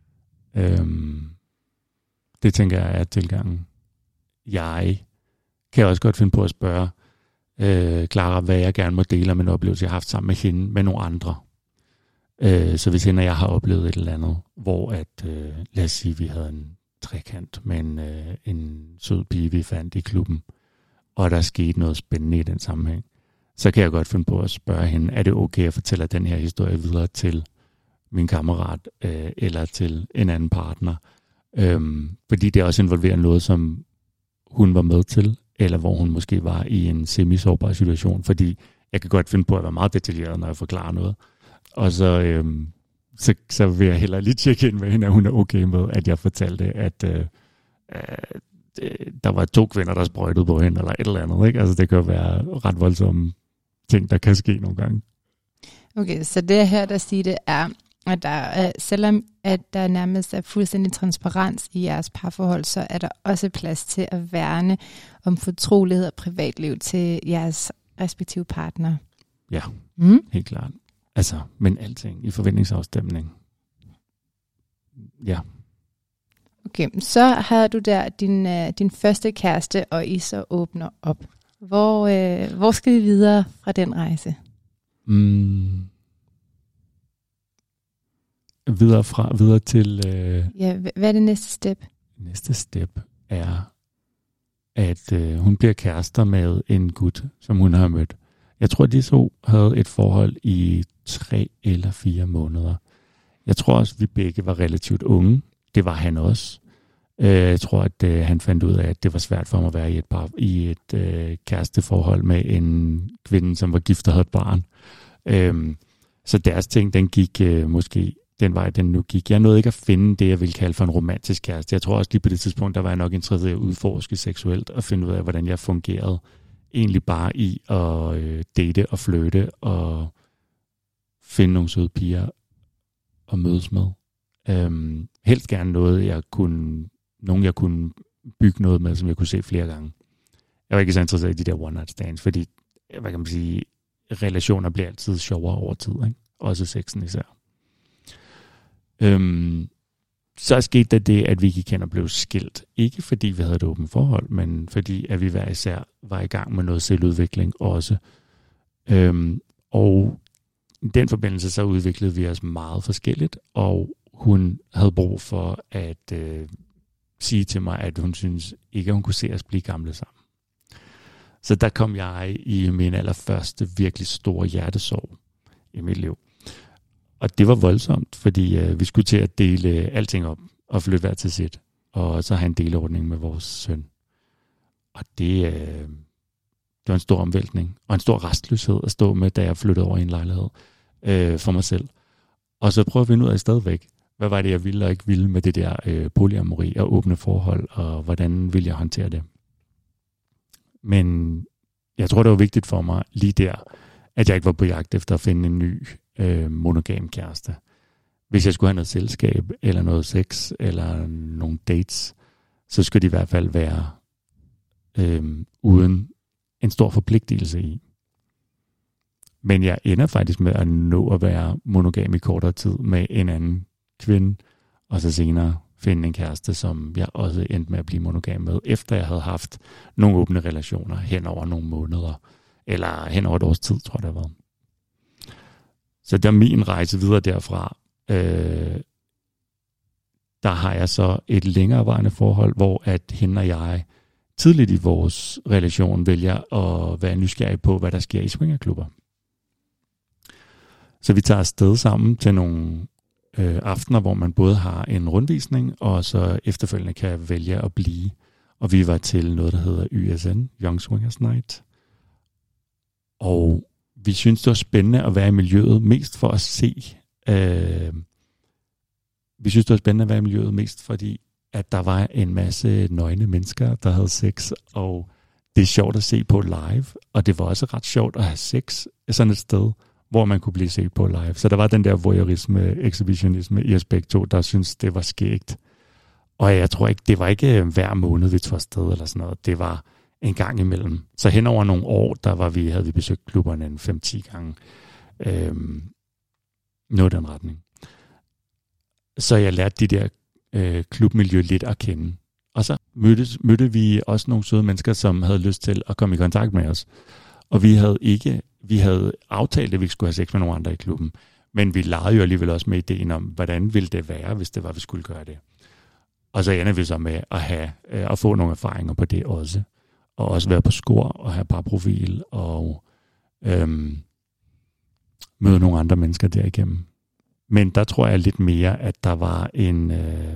Øhm, det tænker jeg er tilgangen. Jeg kan også godt finde på at spørge øh, Clara, hvad jeg gerne må dele om en oplevelse, jeg har haft sammen med hende, med nogle andre. Øh, så hvis hende og jeg har oplevet et eller andet, hvor at, øh, lad os sige, vi havde en trekant med en, øh, en sød pige, vi fandt i klubben, og der skete noget spændende i den sammenhæng, så kan jeg godt finde på at spørge hende, er det okay at fortælle den her historie videre til min kammerat øh, eller til en anden partner? Øhm, fordi det også involverer noget, som hun var med til, eller hvor hun måske var i en semi-sårbar situation, fordi jeg kan godt finde på at være meget detaljeret, når jeg forklarer noget. Og så, øhm, så, så vil jeg hellere lige tjekke ind med hende, at hun er okay med, at jeg fortalte, at øh, øh, der var to kvinder, der sprøjtede på hende, eller et eller andet. Ikke? Altså det kan jo være ret voldsomme ting, der kan ske nogle gange. Okay, så det her, der siger det er, at der er, selvom at der nærmest er fuldstændig transparens i jeres parforhold, så er der også plads til at værne om fortrolighed og privatliv til jeres respektive partner. Ja, mm? Helt klart. Altså, men alting i forventningsafstemning. Ja. Okay, så havde du der din, uh, din første kæreste, og I så åbner op. Hvor, uh, hvor skal I videre fra den rejse? Mm. Videre fra, videre til... Uh, ja, hvad er det næste step? Næste step er, at uh, hun bliver kærester med en gut, som hun har mødt. Jeg tror, de to havde et forhold i tre eller fire måneder. Jeg tror også, vi begge var relativt unge. Det var han også. Jeg tror, at han fandt ud af, at det var svært for ham at være i et, par, i et øh, kæresteforhold med en kvinde, som var gift og havde et barn. Øhm, så deres ting, den gik øh, måske den vej, den nu gik. Jeg nåede ikke at finde det, jeg ville kalde for en romantisk kæreste. Jeg tror også lige på det tidspunkt, der var jeg nok interesseret i at udforske seksuelt og finde ud af, hvordan jeg fungerede. Egentlig bare i at øh, date og flytte og finde nogle søde piger at mødes med. Øhm, helst gerne noget, jeg kunne, nogen jeg kunne bygge noget med, som jeg kunne se flere gange. Jeg var ikke så interesseret i de der one night stands, fordi, hvad kan man sige, relationer bliver altid sjovere over tid, ikke? Også sexen især. Øhm, så skete der det, at vi gik hen og blev skilt. Ikke fordi vi havde et åbent forhold, men fordi at vi hver især var i gang med noget selvudvikling også. Øhm, og i den forbindelse så udviklede vi os meget forskelligt, og hun havde brug for at øh, sige til mig, at hun synes ikke, at hun kunne se os blive gamle sammen. Så der kom jeg i min allerførste virkelig store hjertesorg i mit liv. Og det var voldsomt, fordi øh, vi skulle til at dele alting op og flytte hver til sit. og så have en delordning med vores søn. Og det, øh, det var en stor omvæltning, og en stor restløshed at stå med, da jeg flyttede over i en lejlighed øh, for mig selv. Og så prøver vi nu ud af stadigvæk, hvad var det, jeg ville og ikke ville med det der øh, polyamori og åbne forhold, og hvordan ville jeg håndtere det. Men jeg tror, det var vigtigt for mig lige der, at jeg ikke var på jagt efter at finde en ny øh, monogam kæreste. Hvis jeg skulle have noget selskab, eller noget sex, eller nogle dates, så skulle de i hvert fald være øh, uden en stor forpligtelse i. Men jeg ender faktisk med at nå at være monogam i kortere tid med en anden kvinde, og så senere finde en kæreste, som jeg også endte med at blive monogam med, efter jeg havde haft nogle åbne relationer hen over nogle måneder, eller hen over et års tid, tror jeg det var. Så der min rejse videre derfra, øh, der har jeg så et længerevarende forhold, hvor at hende og jeg tidligt i vores relation vælger at være nysgerrige på, hvad der sker i swingerklubber. Så vi tager afsted sammen til nogle øh, aftener, hvor man både har en rundvisning, og så efterfølgende kan vælge at blive. Og vi var til noget, der hedder Y S N, Young Swingers Night. Og vi synes, det var spændende at være i miljøet, mest for at se. Øh, vi synes, det var spændende at være i miljøet, mest fordi, at der var en masse nøgne mennesker, der havde sex, og det er sjovt at se på live, og det var også ret sjovt at have sex sådan et sted, hvor man kunne blive set på live. Så der var den der voyeurisme, exhibitionisme i os begge to, der synes det var skægt. Og jeg tror ikke, det var ikke hver måned, vi tog afsted eller sådan noget. Det var en gang imellem. Så hen over nogle år, der var vi, havde vi besøgt klubberne en fem til ti gange. Øhm, noget i den retning. Så jeg lærte de der øh, klubmiljø lidt at kende. Og så mødtes, mødte vi også nogle søde mennesker, som havde lyst til at komme i kontakt med os. Og vi havde ikke, vi havde aftalt, at vi skulle have sex med nogle andre i klubben. Men vi legede jo alligevel også med ideen om, hvordan ville det være, hvis det var, vi skulle gøre det. Og så ender vi så med at, have, øh, at få nogle erfaringer på det også. Og også være på skor og have bare profil og øhm, møde nogle andre mennesker derigennem. Men der tror jeg lidt mere, at der var en... Øh,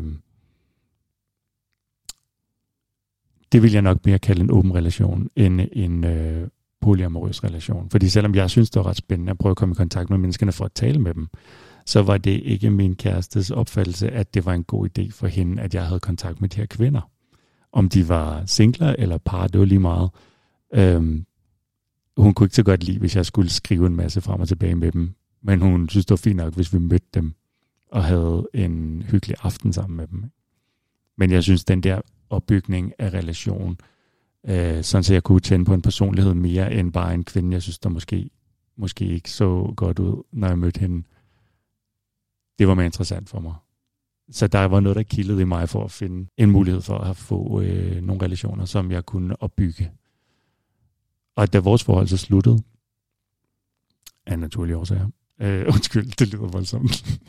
det vil jeg nok mere kalde en åben relation, end en øh, polyamorøs relation. Fordi selvom jeg synes, det var ret spændende at prøve at komme i kontakt med menneskerne for at tale med dem, så var det ikke min kærestes opfattelse, at det var en god idé for hende, at jeg havde kontakt med de her kvinder. Om de var singler eller par, det var lige meget. Øhm, hun kunne ikke så godt lide, hvis jeg skulle skrive en masse frem og tilbage med dem. Men hun synes, det var fint nok, hvis vi mødte dem og havde en hyggelig aften sammen med dem. Men jeg synes, den der opbygning af relation, øh, sådan så jeg kunne tænde på en personlighed mere end bare en kvinde, jeg synes, der måske, måske ikke så godt ud, når jeg mødte hende. Det var mere interessant for mig. Så der var noget, der kildede i mig for at finde en mulighed for at få øh, nogle relationer, som jeg kunne opbygge. Og da vores forhold så sluttede, af naturlige årsager. Øh, undskyld, det lyder voldsomt.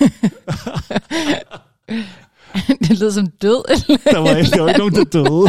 Det lyder som død. Eller? Der var ikke, der var ikke nogen, der døde.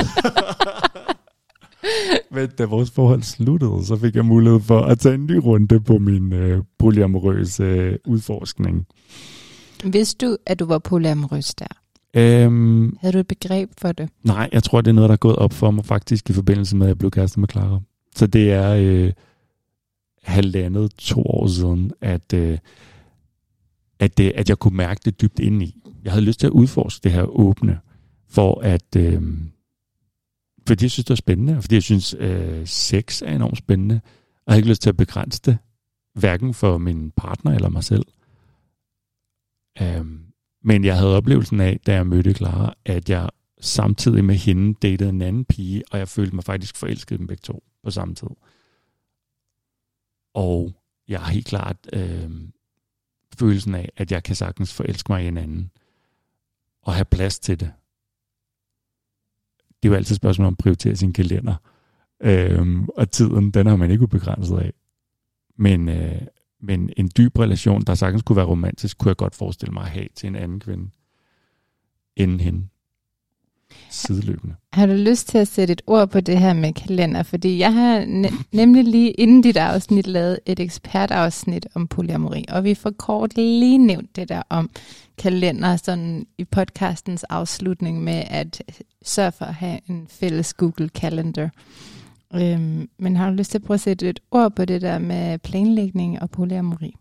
Men da vores forhold sluttede, så fik jeg mulighed for at tage en ny runde på min øh, polyamorøse øh, udforskning. Vidste du, at du var polyamorøs der? Øhm, Havde du et begreb for det? Nej, jeg tror, det er noget, der er gået op for mig faktisk i forbindelse med, at jeg blev kæreste med Clara. Så det er øh, halvandet, to år siden, at, øh, at, det, at jeg kunne mærke det dybt indeni. Jeg havde lyst til at udforske det her åbne, for at... Øh, fordi jeg synes, det er spændende, og fordi jeg synes, øh, sex er enormt spændende, og jeg har ikke lyst til at begrænse det, hverken for min partner eller mig selv. Um, men jeg havde oplevelsen af, da jeg mødte Clara, at jeg samtidig med hende datede en anden pige, og jeg følte mig faktisk forelsket dem begge to på samme tid. Og jeg har helt klart øh, følelsen af, at jeg kan sagtens forelske mig i en anden, og have plads til det. Det er jo altid et spørgsmål om at prioritere sin kalender. Øhm, og tiden, den har man ikke ubegrænset af. Men, øh, men en dyb relation, der sagtens kunne være romantisk, kunne jeg godt forestille mig at have til en anden kvinde end hende. sideløbende. Har du lyst til at sætte et ord på det her med kalender? Fordi jeg har ne- nemlig lige inden dit afsnit lavet et ekspertafsnit om polyamori, og vi får kort lige nævnt det der om kalender sådan i podcastens afslutning med at sørge for at have en fælles Google Calendar. Øhm, men har du lyst til at prøve at sætte et ord på det der med planlægning og polyamori?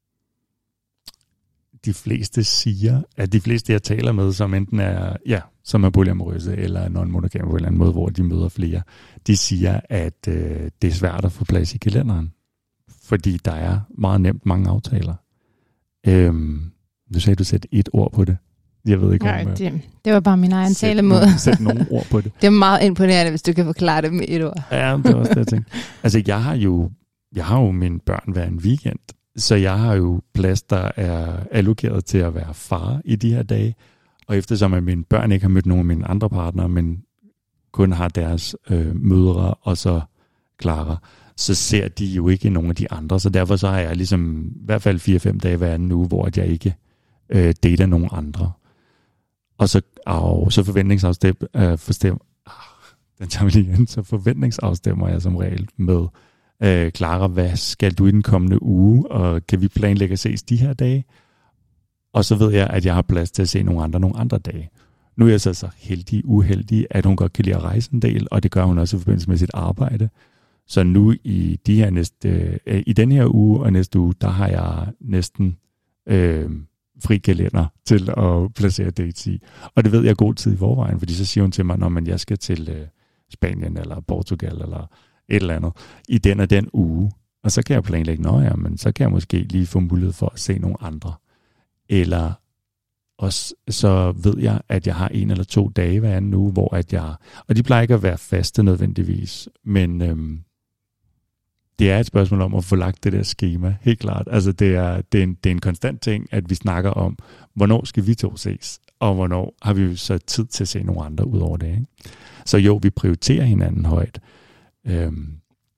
De fleste siger, at de fleste jeg taler med, som enten er, ja, som er polyamorøse eller non-monogame på en eller anden måde, hvor de møder flere, de siger, at øh, det er svært at få plads i kalenderen, fordi der er meget nemt mange aftaler. Øhm, du sagde, du sætte et ord på det. Jeg ved ikke, Nej, om... det, det var bare min egen sæt talemåde. Nogle, sæt nogle ord på det. Det er meget imponerende, hvis du kan forklare det med et ord. Ja, det er også det, jeg tænkte. Altså, jeg har jo, jeg har jo mine børn hver en weekend, så jeg har jo plads, der er allokeret til at være far i de her dage. Og eftersom at mine børn ikke har mødt nogen af mine andre partnere, men kun har deres øh, mødre og så Clara, så ser de jo ikke nogen af de andre. Så derfor så har jeg ligesom i hvert fald fire fem dage hver anden uge, hvor jeg ikke øh, dater nogen andre. Og så, au, så forventningsafstemmer, øh, forstem, ah, den tager vi lige igen, så forventningsafstemmer jeg som regel med øh, Clara, hvad skal du i den kommende uge, og kan vi planlægge at ses de her dage? Og så ved jeg, at jeg har plads til at se nogle andre nogle andre dage. Nu er jeg så så heldig, uheldig, at hun godt kan lide at rejse en del, og det gør hun også i forbindelse med sit arbejde. Så nu i de her næste, øh, i den her uge og næste uge, der har jeg næsten øh, fri kalender til at placere dates i. Og det ved jeg god tid i forvejen, fordi så siger hun til mig, når man jeg skal til øh, Spanien eller Portugal eller et eller andet i den og den uge. Og så kan jeg planlægge, nå ja, men så kan jeg måske lige få mulighed for at se nogle andre. Eller også så ved jeg, at jeg har en eller to dage hver anden uge, hvor at jeg, og de plejer ikke at være faste nødvendigvis, men øhm, det er et spørgsmål om at få lagt det der schema, helt klart. Altså det er, det er, en, det er en konstant ting, at vi snakker om, hvornår skal vi to ses, og hvornår har vi så tid til at se nogle andre ud over det, ikke? Så jo, vi prioriterer hinanden højt, øhm,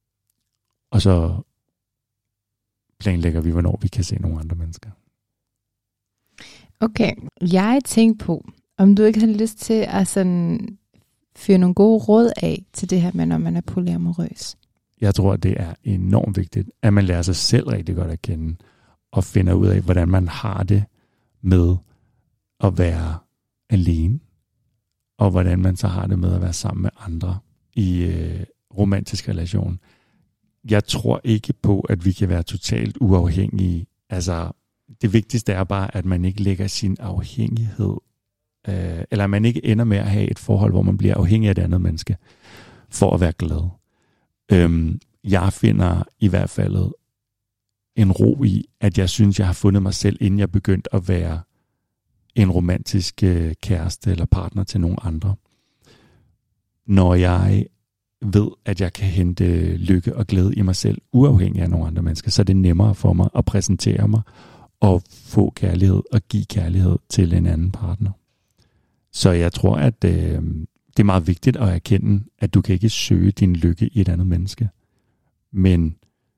og så planlægger vi, hvornår vi kan se nogle andre mennesker. Okay, jeg tænkte på, om du ikke har lyst til at sådan fyre nogle gode råd af til det her med, når man er polyamorøs. Jeg tror, det er enormt vigtigt, at man lærer sig selv rigtig godt at kende, og finder ud af, hvordan man har det med at være alene, og hvordan man så har det med at være sammen med andre i øh, romantisk relation. Jeg tror ikke på, at vi kan være totalt uafhængige. Altså, det vigtigste er bare, at man ikke lægger sin afhængighed, øh, eller at man ikke ender med at have et forhold, hvor man bliver afhængig af det andet menneske, for at være glad. Øhm, jeg finder i hvert fald en ro i, at jeg synes, jeg har fundet mig selv, inden jeg begyndte at være en romantisk øh, kæreste eller partner til nogle andre. Når jeg ved, at jeg kan hente lykke og glæde i mig selv, uafhængig af nogle andre mennesker, så er det nemmere for mig at præsentere mig og få kærlighed og give kærlighed til en anden partner. Så jeg tror, at øh, det er meget vigtigt at erkende, at du kan ikke søge din lykke i et andet menneske, men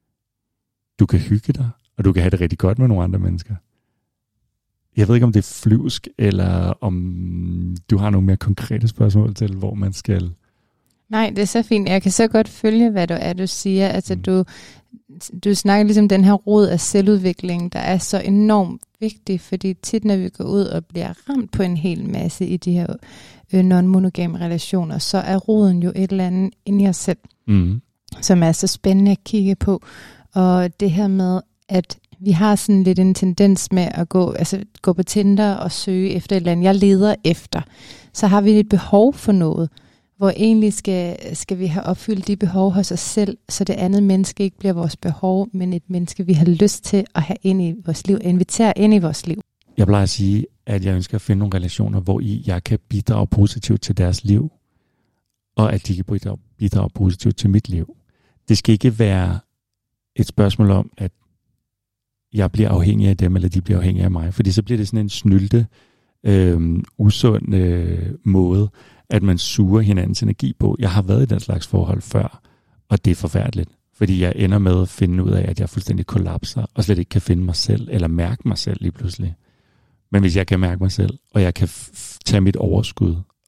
du kan hygge dig, og du kan have det rigtig godt med nogle andre mennesker. Jeg ved ikke, om det er flyvsk, eller om du har nogle mere konkrete spørgsmål til, hvor man skal... Nej, det er så fint. Jeg kan så godt følge, hvad du er, du siger. Altså, Mm. du, du snakker ligesom den her rod af selvudvikling, der er så enormt vigtig, fordi tit, når vi går ud og bliver ramt på en hel masse i de her øh, non-monogame relationer, så er roden jo et eller andet inde i os selv, Mm. som er så spændende at kigge på. Og det her med, at vi har sådan lidt en tendens med at gå, altså gå på Tinder og søge efter et eller andet, jeg leder efter. Så har vi et behov for noget, hvor egentlig skal, skal vi have opfyldt de behov hos os selv, så det andet menneske ikke bliver vores behov, men et menneske, vi har lyst til at have ind i vores liv, invitere ind i vores liv. Jeg plejer at sige, at jeg ønsker at finde nogle relationer, hvor i jeg kan bidrage positivt til deres liv, og at de kan bidrage, bidrage positivt til mit liv. Det skal ikke være et spørgsmål om, at jeg bliver afhængig af dem, eller de bliver afhængige af mig, fordi så bliver det sådan en snylte, øh, usund øh, måde, at man suger hinandens energi på. Jeg har været i den slags forhold før, og det er forfærdeligt, fordi jeg ender med at finde ud af, at jeg fuldstændig kollapser, og slet ikke kan finde mig selv, eller mærke mig selv lige pludselig. Men hvis jeg kan mærke mig selv, og jeg kan f- tage mit overskud,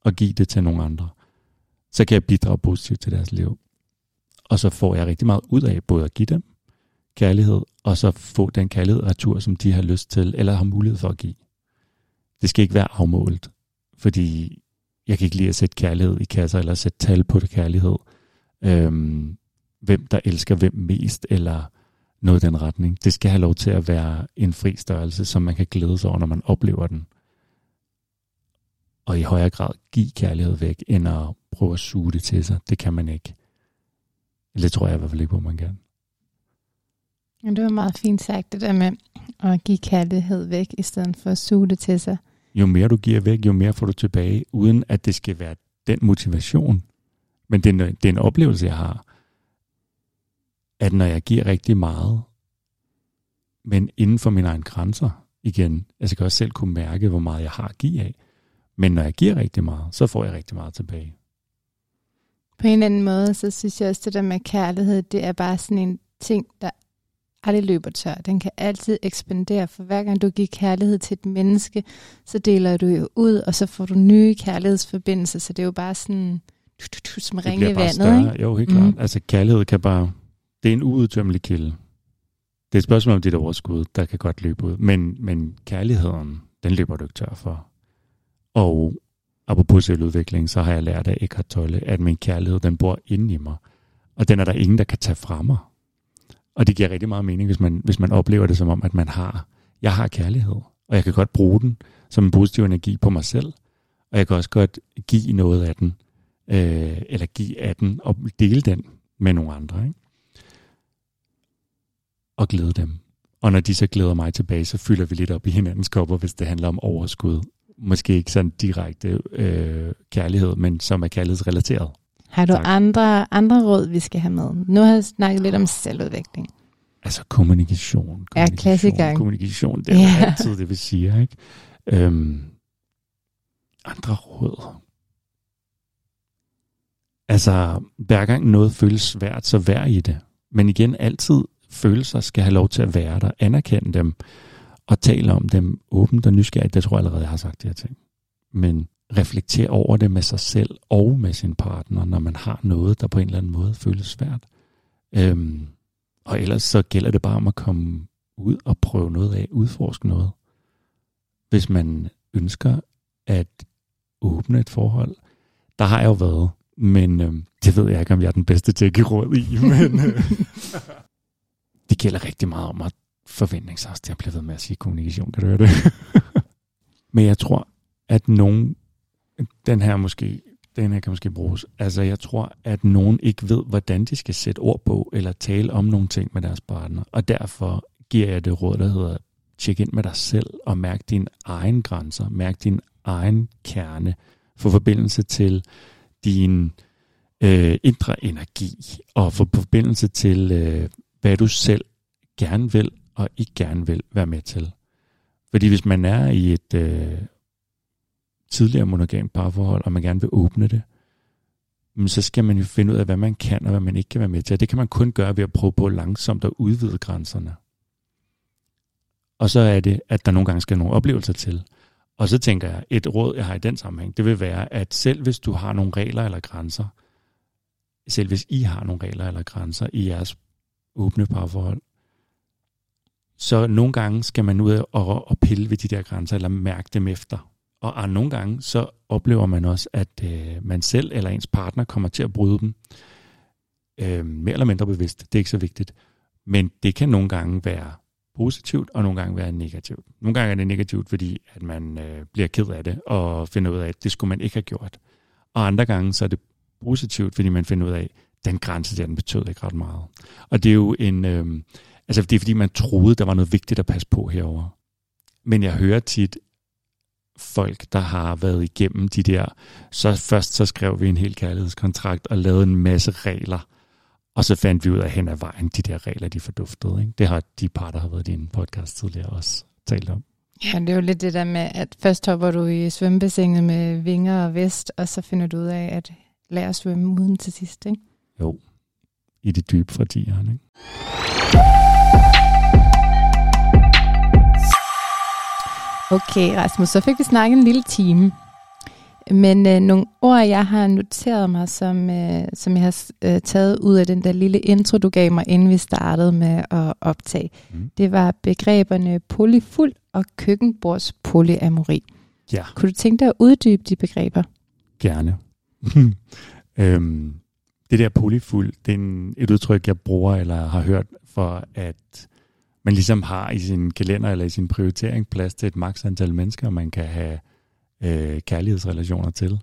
og give det til nogle andre, så kan jeg bidrage positivt til deres liv. Og så får jeg rigtig meget ud af både at give dem kærlighed, og så få den kærlighed retur, som de har lyst til, eller har mulighed for at give. Det skal ikke være afmålt, fordi jeg kan ikke lide at sætte kærlighed i kasser, eller sætte tal på det kærlighed. Øhm, hvem der elsker hvem mest, eller noget i den retning. Det skal have lov til at være en fri størrelse, som man kan glæde sig over, når man oplever den. Og i højere grad give kærlighed væk, end at prøve at suge det til sig. Det kan man ikke. Det tror jeg i hvert fald ikke på, man kan. Det var meget fint sagt, det der med at give kærlighed væk, i stedet for at suge det til sig. Jo mere du giver væk, jo mere får du tilbage, uden at det skal være den motivation. Men det er en, det er en oplevelse, jeg har, at når jeg giver rigtig meget, men inden for mine egne grænser, igen, altså jeg kan også selv kunne mærke, hvor meget jeg har at give af, men når jeg giver rigtig meget, så får jeg rigtig meget tilbage. På en eller anden måde, så synes jeg også, det der med kærlighed, det er bare sådan en ting, der aldrig løber tør. Den kan altid ekspandere, for hver gang du giver kærlighed til et menneske, så deler du jo ud, og så får du nye kærlighedsforbindelser, så det er jo bare sådan, du, du, du, som ringe i vandet, ikke? Jo, helt klart. Mm. Altså kærlighed kan bare, det er en uudtømmelig kilde. Det er et spørgsmål om dit overskud, der kan godt løbe ud, men, men kærligheden, den løber du ikke tør for. Og apropos selvudvikling, så har jeg lært af Eckhart Tolle, at min kærlighed, den bor inde i mig, og den er der ingen, der kan tage fra mig. Og det giver rigtig meget mening, hvis man, hvis man oplever det som om, at man har, jeg har kærlighed, og jeg kan godt bruge den som en positiv energi på mig selv, og jeg kan også godt give noget af den, øh, eller give af den, og dele den med nogle andre, ikke? Og glæde dem. Og når de så glæder mig tilbage, så fylder vi lidt op i hinandens kopper, hvis det handler om overskud. Måske ikke sådan direkte øh, kærlighed, men som er kærlighedsrelateret. Har du andre, andre råd, vi skal have med? Nu har jeg snakket lidt om selvudvikling. Altså kommunikation. kommunikation ja, klassikeren. Kommunikation, det er ja. altid det, vi siger, ikke? Øhm, andre råd. Altså, hver gang noget føles svært, så vær i det. Men igen, altid følelser skal have lov til at være der. Anerkende dem og tale om dem åbent og nysgerrigt. Det tror jeg allerede, jeg har sagt de her ting. Men reflektere over det med sig selv og med sin partner, når man har noget, der på en eller anden måde føles svært. Øhm, og ellers så gælder det bare om at komme ud og prøve noget af, udforske noget. Hvis man ønsker at åbne et forhold, der har jeg jo været, men øhm, det ved jeg ikke, om jeg er den bedste til at give råd i, men øh, det gælder rigtig meget om at forventningsafstemning. Jeg bliver ved med at sige kommunikation, kan du høre det? Men jeg tror, at nogen, den her måske, den her kan måske bruges, altså jeg tror, at nogen ikke ved, hvordan de skal sætte ord på, eller tale om nogle ting med deres partner, og derfor giver jeg det råd, der hedder, tjek ind med dig selv, og mærk dine egne grænser, mærk din egen kerne, få forbindelse til din øh, indre energi, og få forbindelse til, øh, hvad du selv gerne vil, og ikke gerne vil være med til. Fordi hvis man er i et øh, tidligere monogamt parforhold, og man gerne vil åbne det, så skal man jo finde ud af, hvad man kan, og hvad man ikke kan være med til. Og det kan man kun gøre ved at prøve på langsomt at udvide grænserne. Og så er det, at der nogle gange skal nogle oplevelser til. Og så tænker jeg, et råd, jeg har i den sammenhæng, det vil være, at selv hvis du har nogle regler eller grænser, selv hvis I har nogle regler eller grænser i jeres åbne parforhold, så nogle gange skal man ud og, og pille ved de der grænser, eller mærke dem efter. Og, og nogle gange, så oplever man også, at øh, man selv eller ens partner kommer til at bryde dem. Øh, mere eller mindre bevidst, det er ikke så vigtigt. Men det kan nogle gange være positivt, og nogle gange være negativt. Nogle gange er det negativt, fordi at man øh, bliver ked af det, og finder ud af, at det skulle man ikke have gjort. Og andre gange, så er det positivt, fordi man finder ud af, at den grænse der, den betød ikke ret meget. Og det er jo en... Øh, altså det er fordi, man troede, der var noget vigtigt at passe på herover. Men jeg hører tit folk, der har været igennem de der, så først så skrev vi en hel kærlighedskontrakt og lavede en masse regler, og så fandt vi ud af hen ad vejen, de der regler, de forduftede. Ikke? Det har de par, der har været i en podcast tidligere også talt om. Ja, det er jo lidt det der med, at først hopper du i svømmebassinet med vinger og vest, og så finder du ud af at lære at svømme uden til sidst, ikke? Jo, i det dybe fra tigeren, ikke? Okay, Rasmus, så fik vi snakket en lille time. Men øh, nogle ord, jeg har noteret mig, som, øh, som jeg har øh, taget ud af den der lille intro, du gav mig, inden vi startede med at optage, mm. det var begreberne polyfuld og køkkenbords polyamori. Ja. Kunne du tænke dig at uddybe de begreber? Gerne. øhm, det der polyfuld, det er en, et udtryk, jeg bruger eller har hørt for, at man ligesom har i sin kalender eller i sin prioritering plads til et maks antal mennesker, man kan have øh, kærlighedsrelationer til.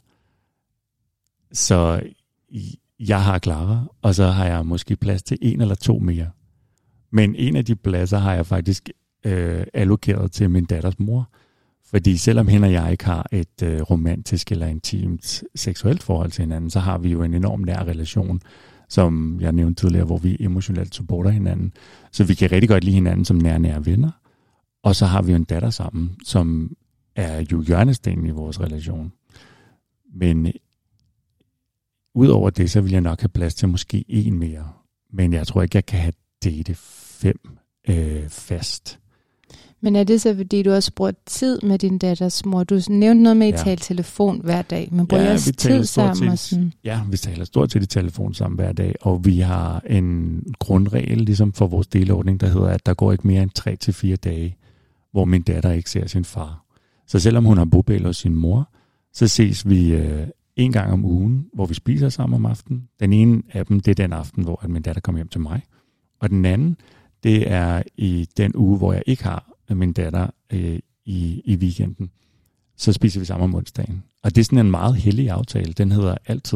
Så jeg har Clara, og så har jeg måske plads til en eller to mere. Men en af de pladser har jeg faktisk øh, allokeret til min datters mor. Fordi selvom hende og jeg ikke har et øh, romantisk eller intimt seksuelt forhold til hinanden, så har vi jo en enorm nær relation, som jeg nævnte tidligere, hvor vi emotionelt supporter hinanden. Så vi kan rigtig godt lide hinanden som nære, nære venner. Og så har vi jo en datter sammen, som er jo hjørnestenen i vores relation. Men udover det, så vil jeg nok have plads til måske en mere. Men jeg tror ikke, jeg kan have date fem øh, fast. Men er det så, fordi du også bruger tid med din datters mor? Du nævnte noget med, at I ja. taler telefon hver dag, men bruger ja, I også tid sammen? Og sådan? Ja, vi taler stort set i telefon sammen hver dag, og vi har en grundregel ligesom for vores deleordning, der hedder, at der går ikke mere end tre til fire dage, hvor min datter ikke ser sin far. Så selvom hun har bopæl hos sin mor, så ses vi øh, en gang om ugen, hvor vi spiser sammen om aftenen. Den ene af dem, det er den aften, hvor min datter kommer hjem til mig. Og den anden, det er i den uge, hvor jeg ikke har min datter øh, i, i weekenden. Så spiser vi sammen om onsdagen. Og det er sådan en meget hellig aftale. Den hedder altid,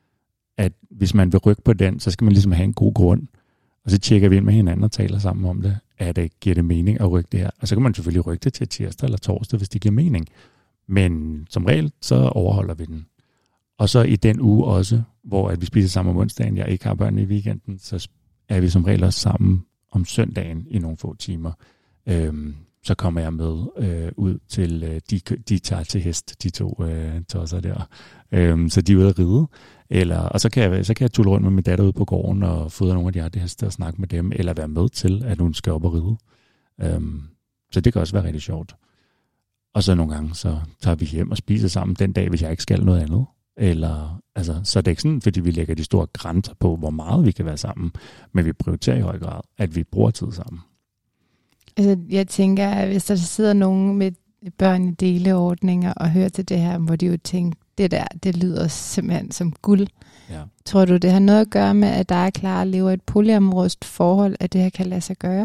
at hvis man vil rykke på den, så skal man ligesom have en god grund. Og så tjekker vi ind med hinanden og taler sammen om det. Er det, giver det mening at rykke det her? Og så kan man selvfølgelig rykke det til tirsdag eller torsdag, hvis det giver mening. Men som regel, så overholder vi den. Og så i den uge også, hvor at vi spiser sammen om onsdagen, jeg ikke har børn i weekenden, så er vi som regel også sammen om søndagen i nogle få timer. Øhm, så kommer jeg med øh, ud til, øh, de, de tager til hest, de to øh, tosser der. Øhm, så de er ude at ride. Eller, og så kan, jeg, så kan jeg tulle rundt med min datter ude på gården og fodre nogle af de andre heste og snakke med dem, eller være med til, at hun skal op og ride. Øhm, så det kan også være rigtig sjovt. Og så nogle gange, så tager vi hjem og spiser sammen den dag, hvis jeg ikke skal noget andet. Eller, altså, så det er ikke sådan, fordi vi lægger de store grænser på, hvor meget vi kan være sammen, men vi prioriterer i høj grad, at vi bruger tid sammen. Altså, jeg tænker, at hvis der sidder nogen med børn i deleordninger og hører til det her, hvor de jo tænker, det der, det lyder simpelthen som guld. Ja. Tror du, det har noget at gøre med, at der er klar at leve et polyamorøst forhold, at det her kan lade sig gøre?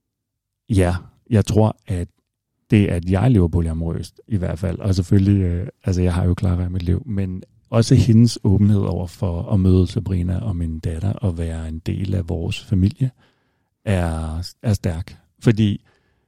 Ja, jeg tror, at det, at jeg lever polyamorøst i hvert fald, og selvfølgelig, øh, altså jeg har jo Clara i mit liv, men også hendes åbenhed over for at møde Sabrina og min datter og være en del af vores familie, er, er stærk. Fordi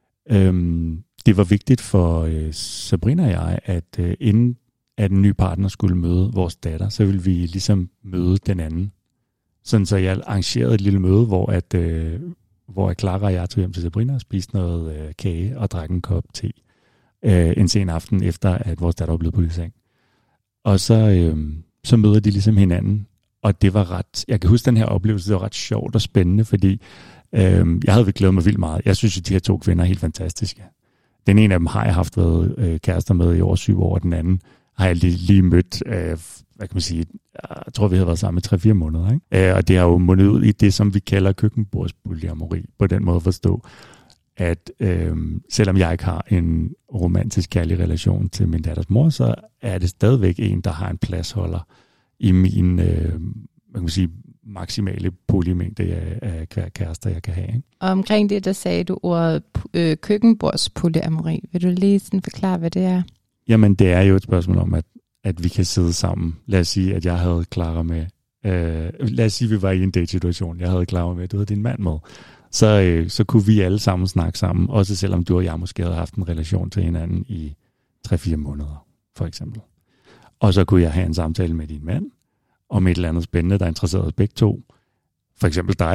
øhm, det var vigtigt for øh, Sabrina og jeg, at øh, inden at en ny partner skulle møde vores datter, så ville vi ligesom møde den anden. Sådan så jeg arrangerede et lille møde, hvor at øh, hvor Clara og jeg tog hjem til Sabrina og spiste noget øh, kage og drak en kop te øh, en sen aften efter, at vores datter var blevet på seng. Og så, øh, så møder de ligesom hinanden, og det var ret, jeg kan huske den her oplevelse, det var ret sjovt og spændende, fordi øh, jeg havde glædet mig vildt meget. Jeg synes, at de her to kvinder er helt fantastiske. Den ene af dem har jeg haft været øh, kærester med i over syv år, og den anden har jeg lige, lige mødt, øh, hvad kan man sige, jeg tror, vi har været sammen i tre fire måneder. Ikke? Øh, og det har jo mundet ud i det, som vi kalder køkkenbords polyamori, på den måde at forstå, at øh, selvom jeg ikke har en romantisk kærlig relation til min datters mor, så er det stadigvæk en, der har en pladsholder i min øh, hvad kan man sige, maksimale polymængde af, af kærester, jeg kan have. Ikke? Og omkring det, der sagde du ordet øh, køkkenbords polyamori. Vil du lige sådan forklare, hvad det er? Jamen, det er jo et spørgsmål om, at, at vi kan sidde sammen. Lad os sige, at jeg havde Clara med. Øh, lad os sige, at vi var i en date-situation. Jeg havde Clara med, du havde din mand med. Så, øh, så kunne vi alle sammen snakke sammen, også selvom du og jeg måske havde haft en relation til hinanden i tre fire måneder, for eksempel. Og så kunne jeg have en samtale med din mand, om et eller andet spændende, der interesserede os begge to. For eksempel dig.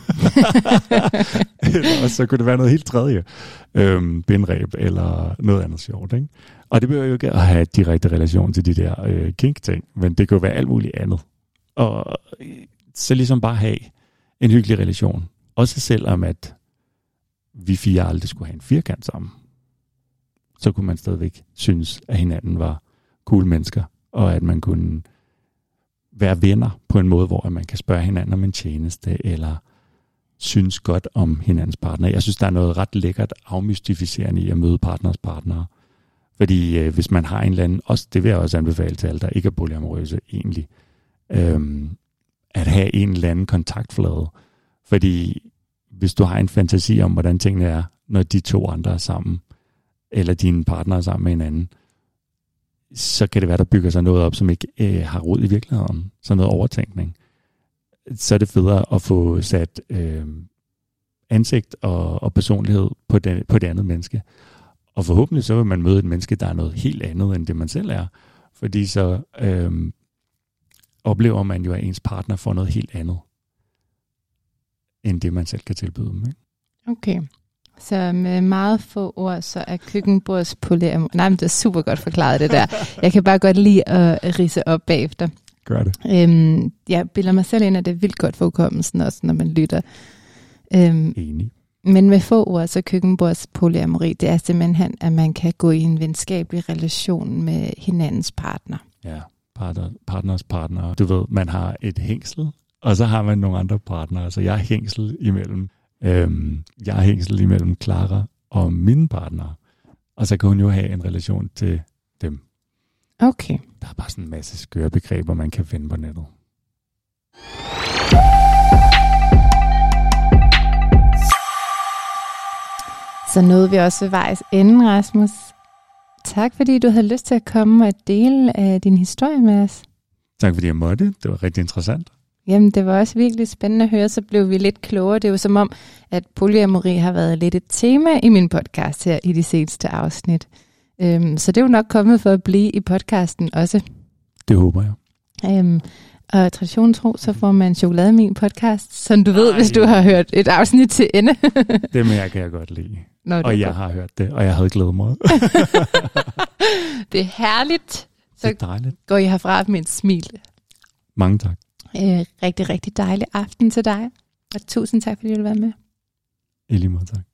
Og så kunne det være noget helt tredje. Øhm, bindræb eller noget andet sjovt. Ikke? Og det behøver jo ikke at have direkte relation til de der øh, kink-ting, men det kan jo være alt muligt andet. Og så ligesom bare have en hyggelig relation. Også selvom at vi fire aldrig skulle have en firkant sammen. Så kunne man stadigvæk synes, at hinanden var cool mennesker, og at man kunne være venner på en måde, hvor man kan spørge hinanden om en tjeneste, eller synes godt om hinandens partner. Jeg synes, der er noget ret lækkert afmystificerende i at møde partners partnere. Fordi øh, hvis man har en eller anden, også, det vil jeg også anbefale til alle, der ikke er polyamorøse egentlig, øhm, at have en eller anden kontaktflade. Fordi hvis du har en fantasi om, hvordan tingene er, når de to andre er sammen, eller dine partner er sammen med hinanden, så kan det være, der bygger sig noget op, som ikke øh, har rod i virkeligheden. Sådan noget overtænkning. Så er det federe at få sat øh, ansigt og, og personlighed på, den, på det andet menneske. Og forhåbentlig så vil man møde et menneske, der er noget helt andet, end det man selv er. Fordi så øh, oplever man jo, at ens partner får noget helt andet, end det man selv kan tilbyde dem. Ikke? Okay. Så med meget få ord, så er køkkenbords polyamori. Nej, men det er super godt forklaret det der. Jeg kan bare godt lide at ridse op bagefter. Gør det. Øhm, jeg bilder mig selv ind, at det er vildt godt for hukommelsen også, når man lytter. Øhm, Enig. Men med få ord, så køkkenbords polyamori, det er simpelthen, at man kan gå i en venskabelig relation med hinandens partner. Ja, partner, partners partner. Du ved, man har et hængsel, og så har man nogle andre partnere. Så jeg er hængsel imellem, øhm, jeg er hængsel imellem Clara og mine partnere. Og så kan hun jo have en relation til dem. Okay. Der er bare sådan en masse skøre begreber, man kan finde på nettet. Så nåede vi også ved vejs ende, Rasmus. Tak fordi du havde lyst til at komme og dele af din historie med os. Tak fordi jeg måtte. Det var rigtig interessant. Jamen, det var også virkelig spændende at høre, så blev vi lidt klogere. Det er jo som om, at polyamori har været lidt et tema i min podcast her i de seneste afsnit. Øhm, så det er jo nok kommet for at blive i podcasten også. Det håber jeg. Øhm, og traditionstro, så får man chokolade i min podcast, som du ved, Ej. hvis du har hørt et afsnit til ende. Det med jeg kan jeg godt lide. Nå, og jeg godt. har hørt det, og jeg havde glædet mig. Det er herligt. Så det er dejligt. går I herfra med et smil. Mange tak. Øh, rigtig, rigtig dejlig aften til dig. Og tusind tak, fordi du ville være med. I lige måde, tak.